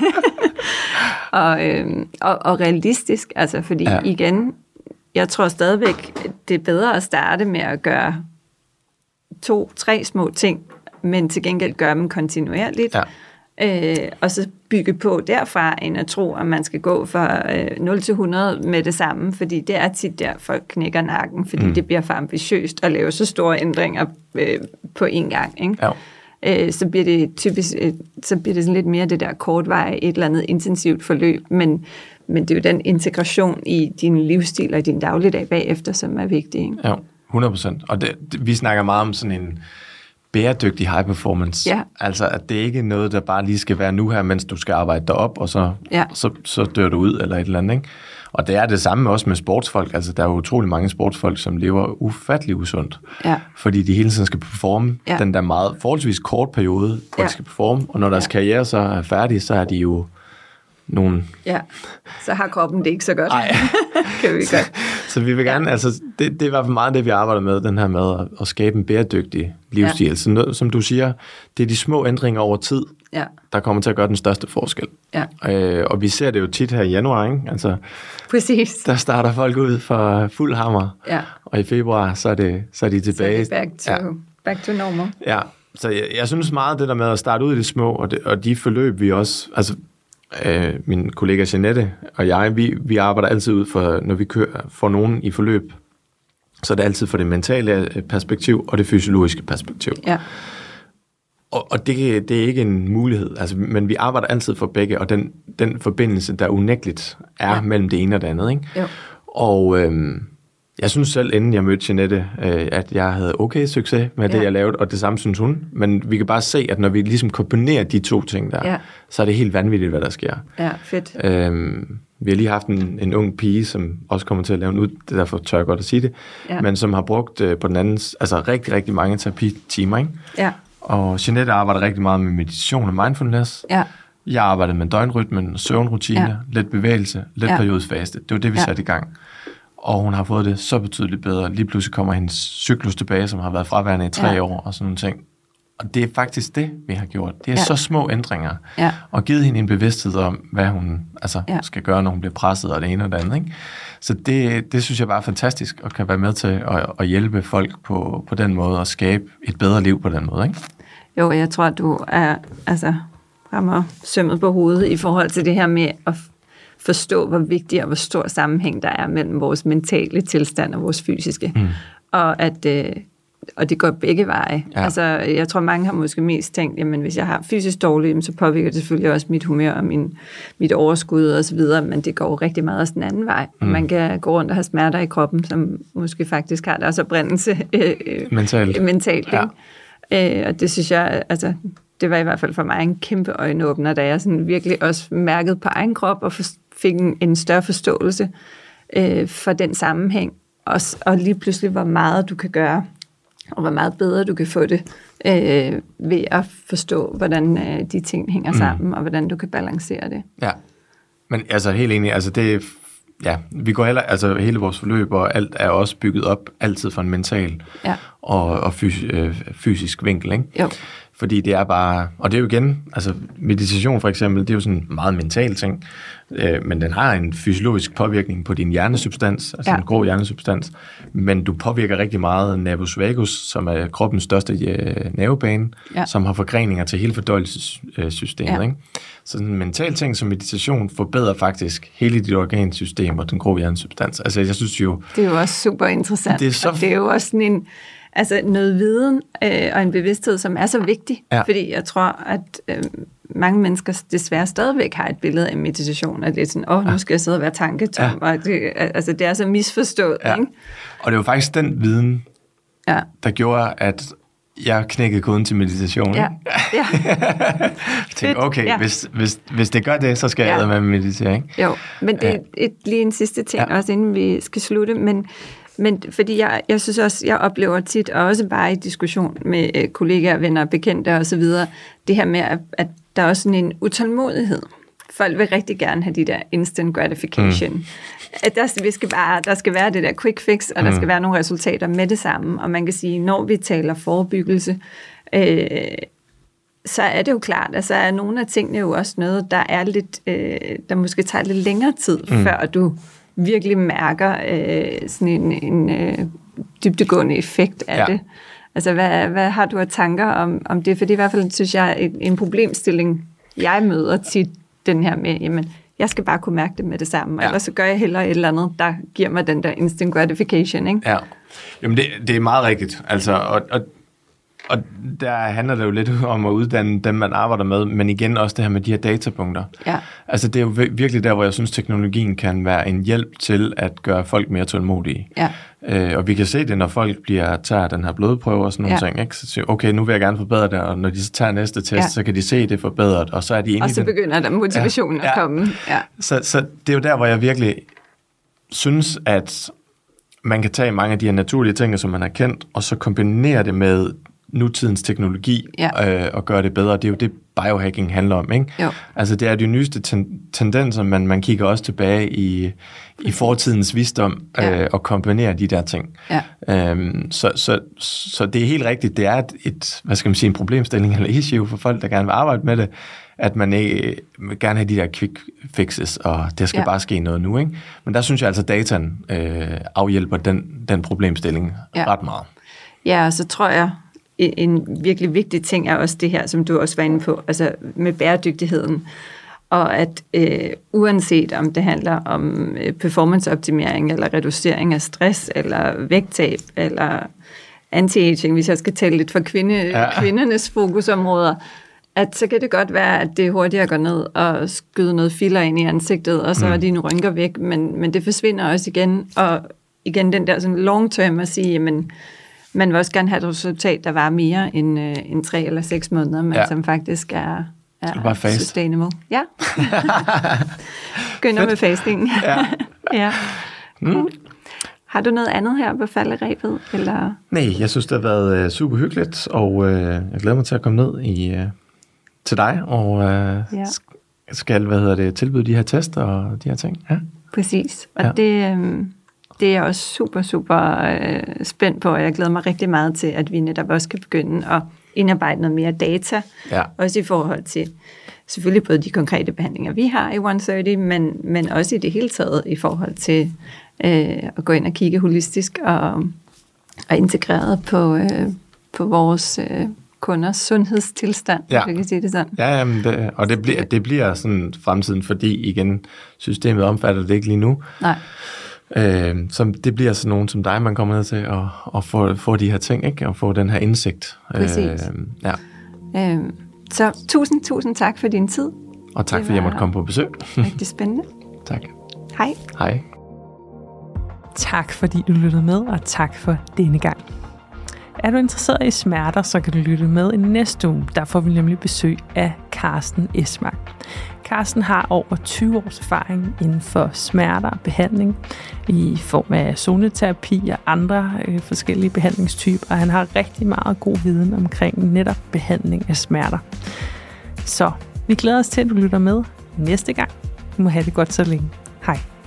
og, øhm, og, og realistisk, altså fordi ja. igen, jeg tror stadigvæk, det er bedre at starte med at gøre to, tre små ting, men til gengæld gøre dem kontinuerligt. Ja. Øh, og så bygge på derfra, end at tro, at man skal gå fra øh, nul til hundrede med det samme, fordi det er tit der, folk knækker nakken, fordi mm. det bliver for ambitiøst at lave så store ændringer øh, på én gang. Ikke? Ja. Øh, så bliver det typisk, øh, så bliver det sådan lidt mere det der kortveje, et eller andet intensivt forløb, men, men det er jo den integration i din livsstil og i din dagligdag bagefter, som er vigtig. Ikke? Ja, hundrede procent. Og det, det, vi snakker meget om sådan en bæredygtig high performance. Ja. Altså, at det ikke er noget, der bare lige skal være nu her, mens du skal arbejde derop, og så, ja. så, så dør du ud, eller et eller andet, ikke? Og det er det samme også med sportsfolk. Altså, der er jo utrolig mange sportsfolk, som lever ufattelig usundt. Ja. Fordi de hele tiden skal performe ja. den der meget forholdsvis kort periode, hvor ja. de skal performe. Og når deres ja. karriere så er færdig, så er de jo nogle... Ja, så har kroppen det ikke så godt. Kan vi så, godt. Så vi vil gerne, ja. altså, det, det er i hvert fald meget det, vi arbejder med, den her med at, at skabe en bæredygtig livsstil. Ja. Så noget, som du siger, det er de små ændringer over tid, ja. der kommer til at gøre den største forskel. Ja. Øh, og vi ser det jo tit her i januar, ikke? Altså, præcis. Der starter folk ud for fuld hammer, ja. og i februar, så er, det, så er de tilbage. Så er det back to, ja. back to normal. Ja, så jeg, jeg synes meget det der med at starte ud i det små, og, det, og de forløb vi også, altså øh, min kollega Jeanette og jeg, vi, vi arbejder altid ud for, når vi kører for nogen i forløb, så er det altid for det mentale perspektiv og det fysiologiske perspektiv. Ja. Og, og det, det er ikke en mulighed, altså, men vi arbejder altid for begge, og den, den forbindelse, der unægteligt er ja. mellem det ene og det andet. Ikke? Jo. Og øhm, jeg synes selv, inden jeg mødte Jeanette, øh, at jeg havde okay succes med ja. det, jeg lavede, og det samme synes hun. Men vi kan bare se, at når vi ligesom kombinerer de to ting der, ja. så er det helt vanvittigt, hvad der sker. Ja, fedt. Øhm, vi har lige haft en, en ung pige, som også kommer til at lave en ud, det derfor tør jeg godt at sige det, ja. men som har brugt øh, på den anden, altså rigtig, rigtig mange terapitimer, ikke? Ja. Og Jeanette arbejder rigtig meget med meditation og mindfulness. Ja. Jeg arbejder med døgnrytmen, søvnrutiner, ja. lidt bevægelse, lidt ja. periodisk faste. Det var det, vi ja. satte i gang. Og hun har fået det så betydeligt bedre. Lige pludselig kommer hendes cyklus tilbage, som har været fraværende i tre ja. år og sådan nogle ting. Og det er faktisk det, vi har gjort. Det er ja. så små ændringer. Ja. Og givet hende en bevidsthed om, hvad hun altså, ja. skal gøre, når hun bliver presset og det ene og det andet. Ikke? Så det, det synes jeg bare er fantastisk, og kan være med til at, at hjælpe folk på, på den måde, og skabe et bedre liv på den måde. Ikke? Jo, jeg tror, at du er, altså, rammer sømmet på hovedet i forhold til det her med at forstå, hvor vigtig og hvor stor sammenhæng der er mellem vores mentale tilstand og vores fysiske. Mm. Og at øh, og det går begge veje. Ja. Altså, jeg tror, mange har måske mest tænkt, jamen hvis jeg har fysisk dårligt, så påvirker det selvfølgelig også mit humør og min, mit overskud og så videre, men det går rigtig meget også den anden vej. Mm. Man kan gå rundt og have smerter i kroppen, som måske faktisk har deres oprindelse øh, mentalt. mentalt ja. Øh, og det synes jeg, altså, det var i hvert fald for mig en kæmpe øjenåbner, da jeg sådan virkelig også mærkede på egen krop og fik en, en større forståelse øh, for den sammenhæng. Og, og lige pludselig, hvor meget du kan gøre, og hvor meget bedre du kan få det, øh, ved at forstå, hvordan øh, de ting hænger sammen, mm. og hvordan du kan balancere det. Ja, men altså helt enig, altså det, ja, vi går heller, altså hele vores forløb og alt er også bygget op altid fra en mental ja. og, og fys, øh, fysisk vinkel, ikke? Jo. Fordi det er bare, og det er jo igen, altså meditation for eksempel, det er jo sådan en meget mental ting, øh, men den har en fysiologisk påvirkning på din hjernesubstans, altså ja. en grå hjernesubstans, men du påvirker rigtig meget nervus vagus, som er kroppens største øh, nervebane, ja. som har forgreninger til hele fordøjelsessystemet, ja. ikke? Så sådan en mental ting som meditation forbedrer faktisk hele dit organsystem og den grå hjernesubstans. Altså jeg synes jo... Det er jo også super interessant, det er, så... det er jo også sådan en... Altså noget viden øh, og en bevidsthed, som er så vigtig, ja. fordi jeg tror, at øh, mange mennesker desværre stadigvæk har et billede af meditation, at det er sådan, åh, oh, nu skal jeg sidde og være tanketom, ja. og det, altså det er så misforstået, ja. ikke? Og det var faktisk den viden, ja. der gjorde, at jeg knækkede koden til meditation. Ja. Ja. Jeg tænkte, okay, ja. hvis, hvis, hvis det gør det, så skal ja. jeg med meditere, ikke? Jo, men det er ja. et, lige en sidste ting, ja. også inden vi skal slutte, men Men fordi jeg, jeg synes også, jeg oplever tit, og også bare i diskussion med øh, kollegaer, venner, bekendte og så videre, det her med, at, at der er også sådan en utålmodighed. Folk vil rigtig gerne have de der instant gratification. Mm. At der, vi skal bare, der skal være det der quick fix, og mm. der skal være nogle resultater med det samme. Og man kan sige, når vi taler forebyggelse, øh, så er det jo klart, at så er nogle af tingene jo også noget, der er lidt, øh, der måske tager lidt længere tid, mm. før du virkelig mærker øh, sådan en, en øh, dybdegående effekt af ja. det. Altså, hvad, hvad har du af tanker om, om det? For det er i hvert fald, synes jeg, en, en problemstilling, jeg møder tit, den her med, jamen, jeg skal bare kunne mærke det med det samme, ja. ellers så gør jeg hellere et eller andet, der giver mig den der instant gratification, ikke? Ja, jamen det, det er meget rigtigt, altså, og, og Og der handler det jo lidt om at uddanne dem, man arbejder med, men igen også det her med de her datapunkter. Ja. Altså det er jo virkelig der, hvor jeg synes, teknologien kan være en hjælp til at gøre folk mere tålmodige. Ja. Øh, og vi kan se det, når folk bliver tager den her blodprøve og sådan nogle ja. ting, ikke? Så siger, okay, nu vil jeg gerne forbedre det, og når de så tager næste test, ja. så kan de se det forbedret, og så er de inde Og så i den. begynder der motivationen ja. at komme. Ja. Så, så det er jo der, hvor jeg virkelig synes, at man kan tage mange af de her naturlige ting, som man har kendt, og så kombinere det med nutidens teknologi ja. øh, og gøre det bedre. Det er jo det, biohacking handler om, ikke? Jo. Altså, det er de nyeste ten- tendenser, men man kigger også tilbage i, i fortidens visdom ja. øh, og kombinerer de der ting. Ja. Øhm, så, så, så det er helt rigtigt. Det er et, et, hvad skal man sige, en problemstilling eller issue for folk, der gerne vil arbejde med det, at man ikke vil gerne have de der quick fixes, og der skal ja. bare ske noget nu, ikke? Men der synes jeg altså, at dataen øh, afhjælper den, den problemstilling ja. ret meget. Ja, og så tror jeg, en virkelig vigtig ting er også det her, som du også var inde på, altså med bæredygtigheden, og at øh, uanset om det handler om øh, performanceoptimering, eller reducering af stress, eller vægttab, eller anti-aging, hvis jeg skal tale lidt for kvinde, ja. kvindernes fokusområder, at så kan det godt være, at det hurtigere går ned og skyder noget filler ind i ansigtet, og så mm. er dine rynker væk, men, men det forsvinder også igen, og igen den der sådan long term at sige, jamen man vil også gerne have et resultat, der var mere end, øh, end tre eller seks måneder, men ja. som faktisk er, er sustainable. Ja. Begynder med fastingen. Ja. ja. Cool. Mm. Har du noget andet her på falderebet? Eller? Nej, jeg synes, det har været uh, super hyggeligt, og øh, jeg glæder mig til at komme ned i, uh, til dig, og øh, ja. skal hvad hedder det, tilbyde de her tester og de her ting. Ja. Præcis, og ja. det... Øh, Det er jeg også super, super øh, spændt på, og jeg glæder mig rigtig meget til, at vi netop også kan begynde at indarbejde noget mere data, ja. også i forhold til selvfølgelig både de konkrete behandlinger, vi har i et tredive, men, men også i det hele taget i forhold til øh, at gå ind og kigge holistisk og, og integreret på, øh, på vores øh, kunders sundhedstilstand, ja. hvis jeg kan sige det sådan. Ja, jamen det, og det bliver, det bliver sådan fremtiden, fordi igen, systemet omfatter det ikke lige nu. Nej. Øh, så det bliver sådan nogen som dig, man kommer ned til at, at få, få de her ting, ikke? Og få den her indsigt. Præcis. Øh, ja. øh, så tusind, tusind tak for din tid. Og tak, fordi jeg måtte komme på besøg. Rigtig spændende. Tak. Hej. Hej. Tak, fordi du lyttede med, og tak for denne gang. Er du interesseret i smerter, så kan du lytte med i næste uge. Der får vi nemlig besøg af Carsten Esmark. Carsten har over tyve års erfaring inden for smerter og behandling i form af zoneterapi og andre øh, forskellige behandlingstyper. Han har rigtig meget god viden omkring netop behandling af smerter. Så vi glæder os til, at du lytter med næste gang. Du må have det godt så længe. Hej.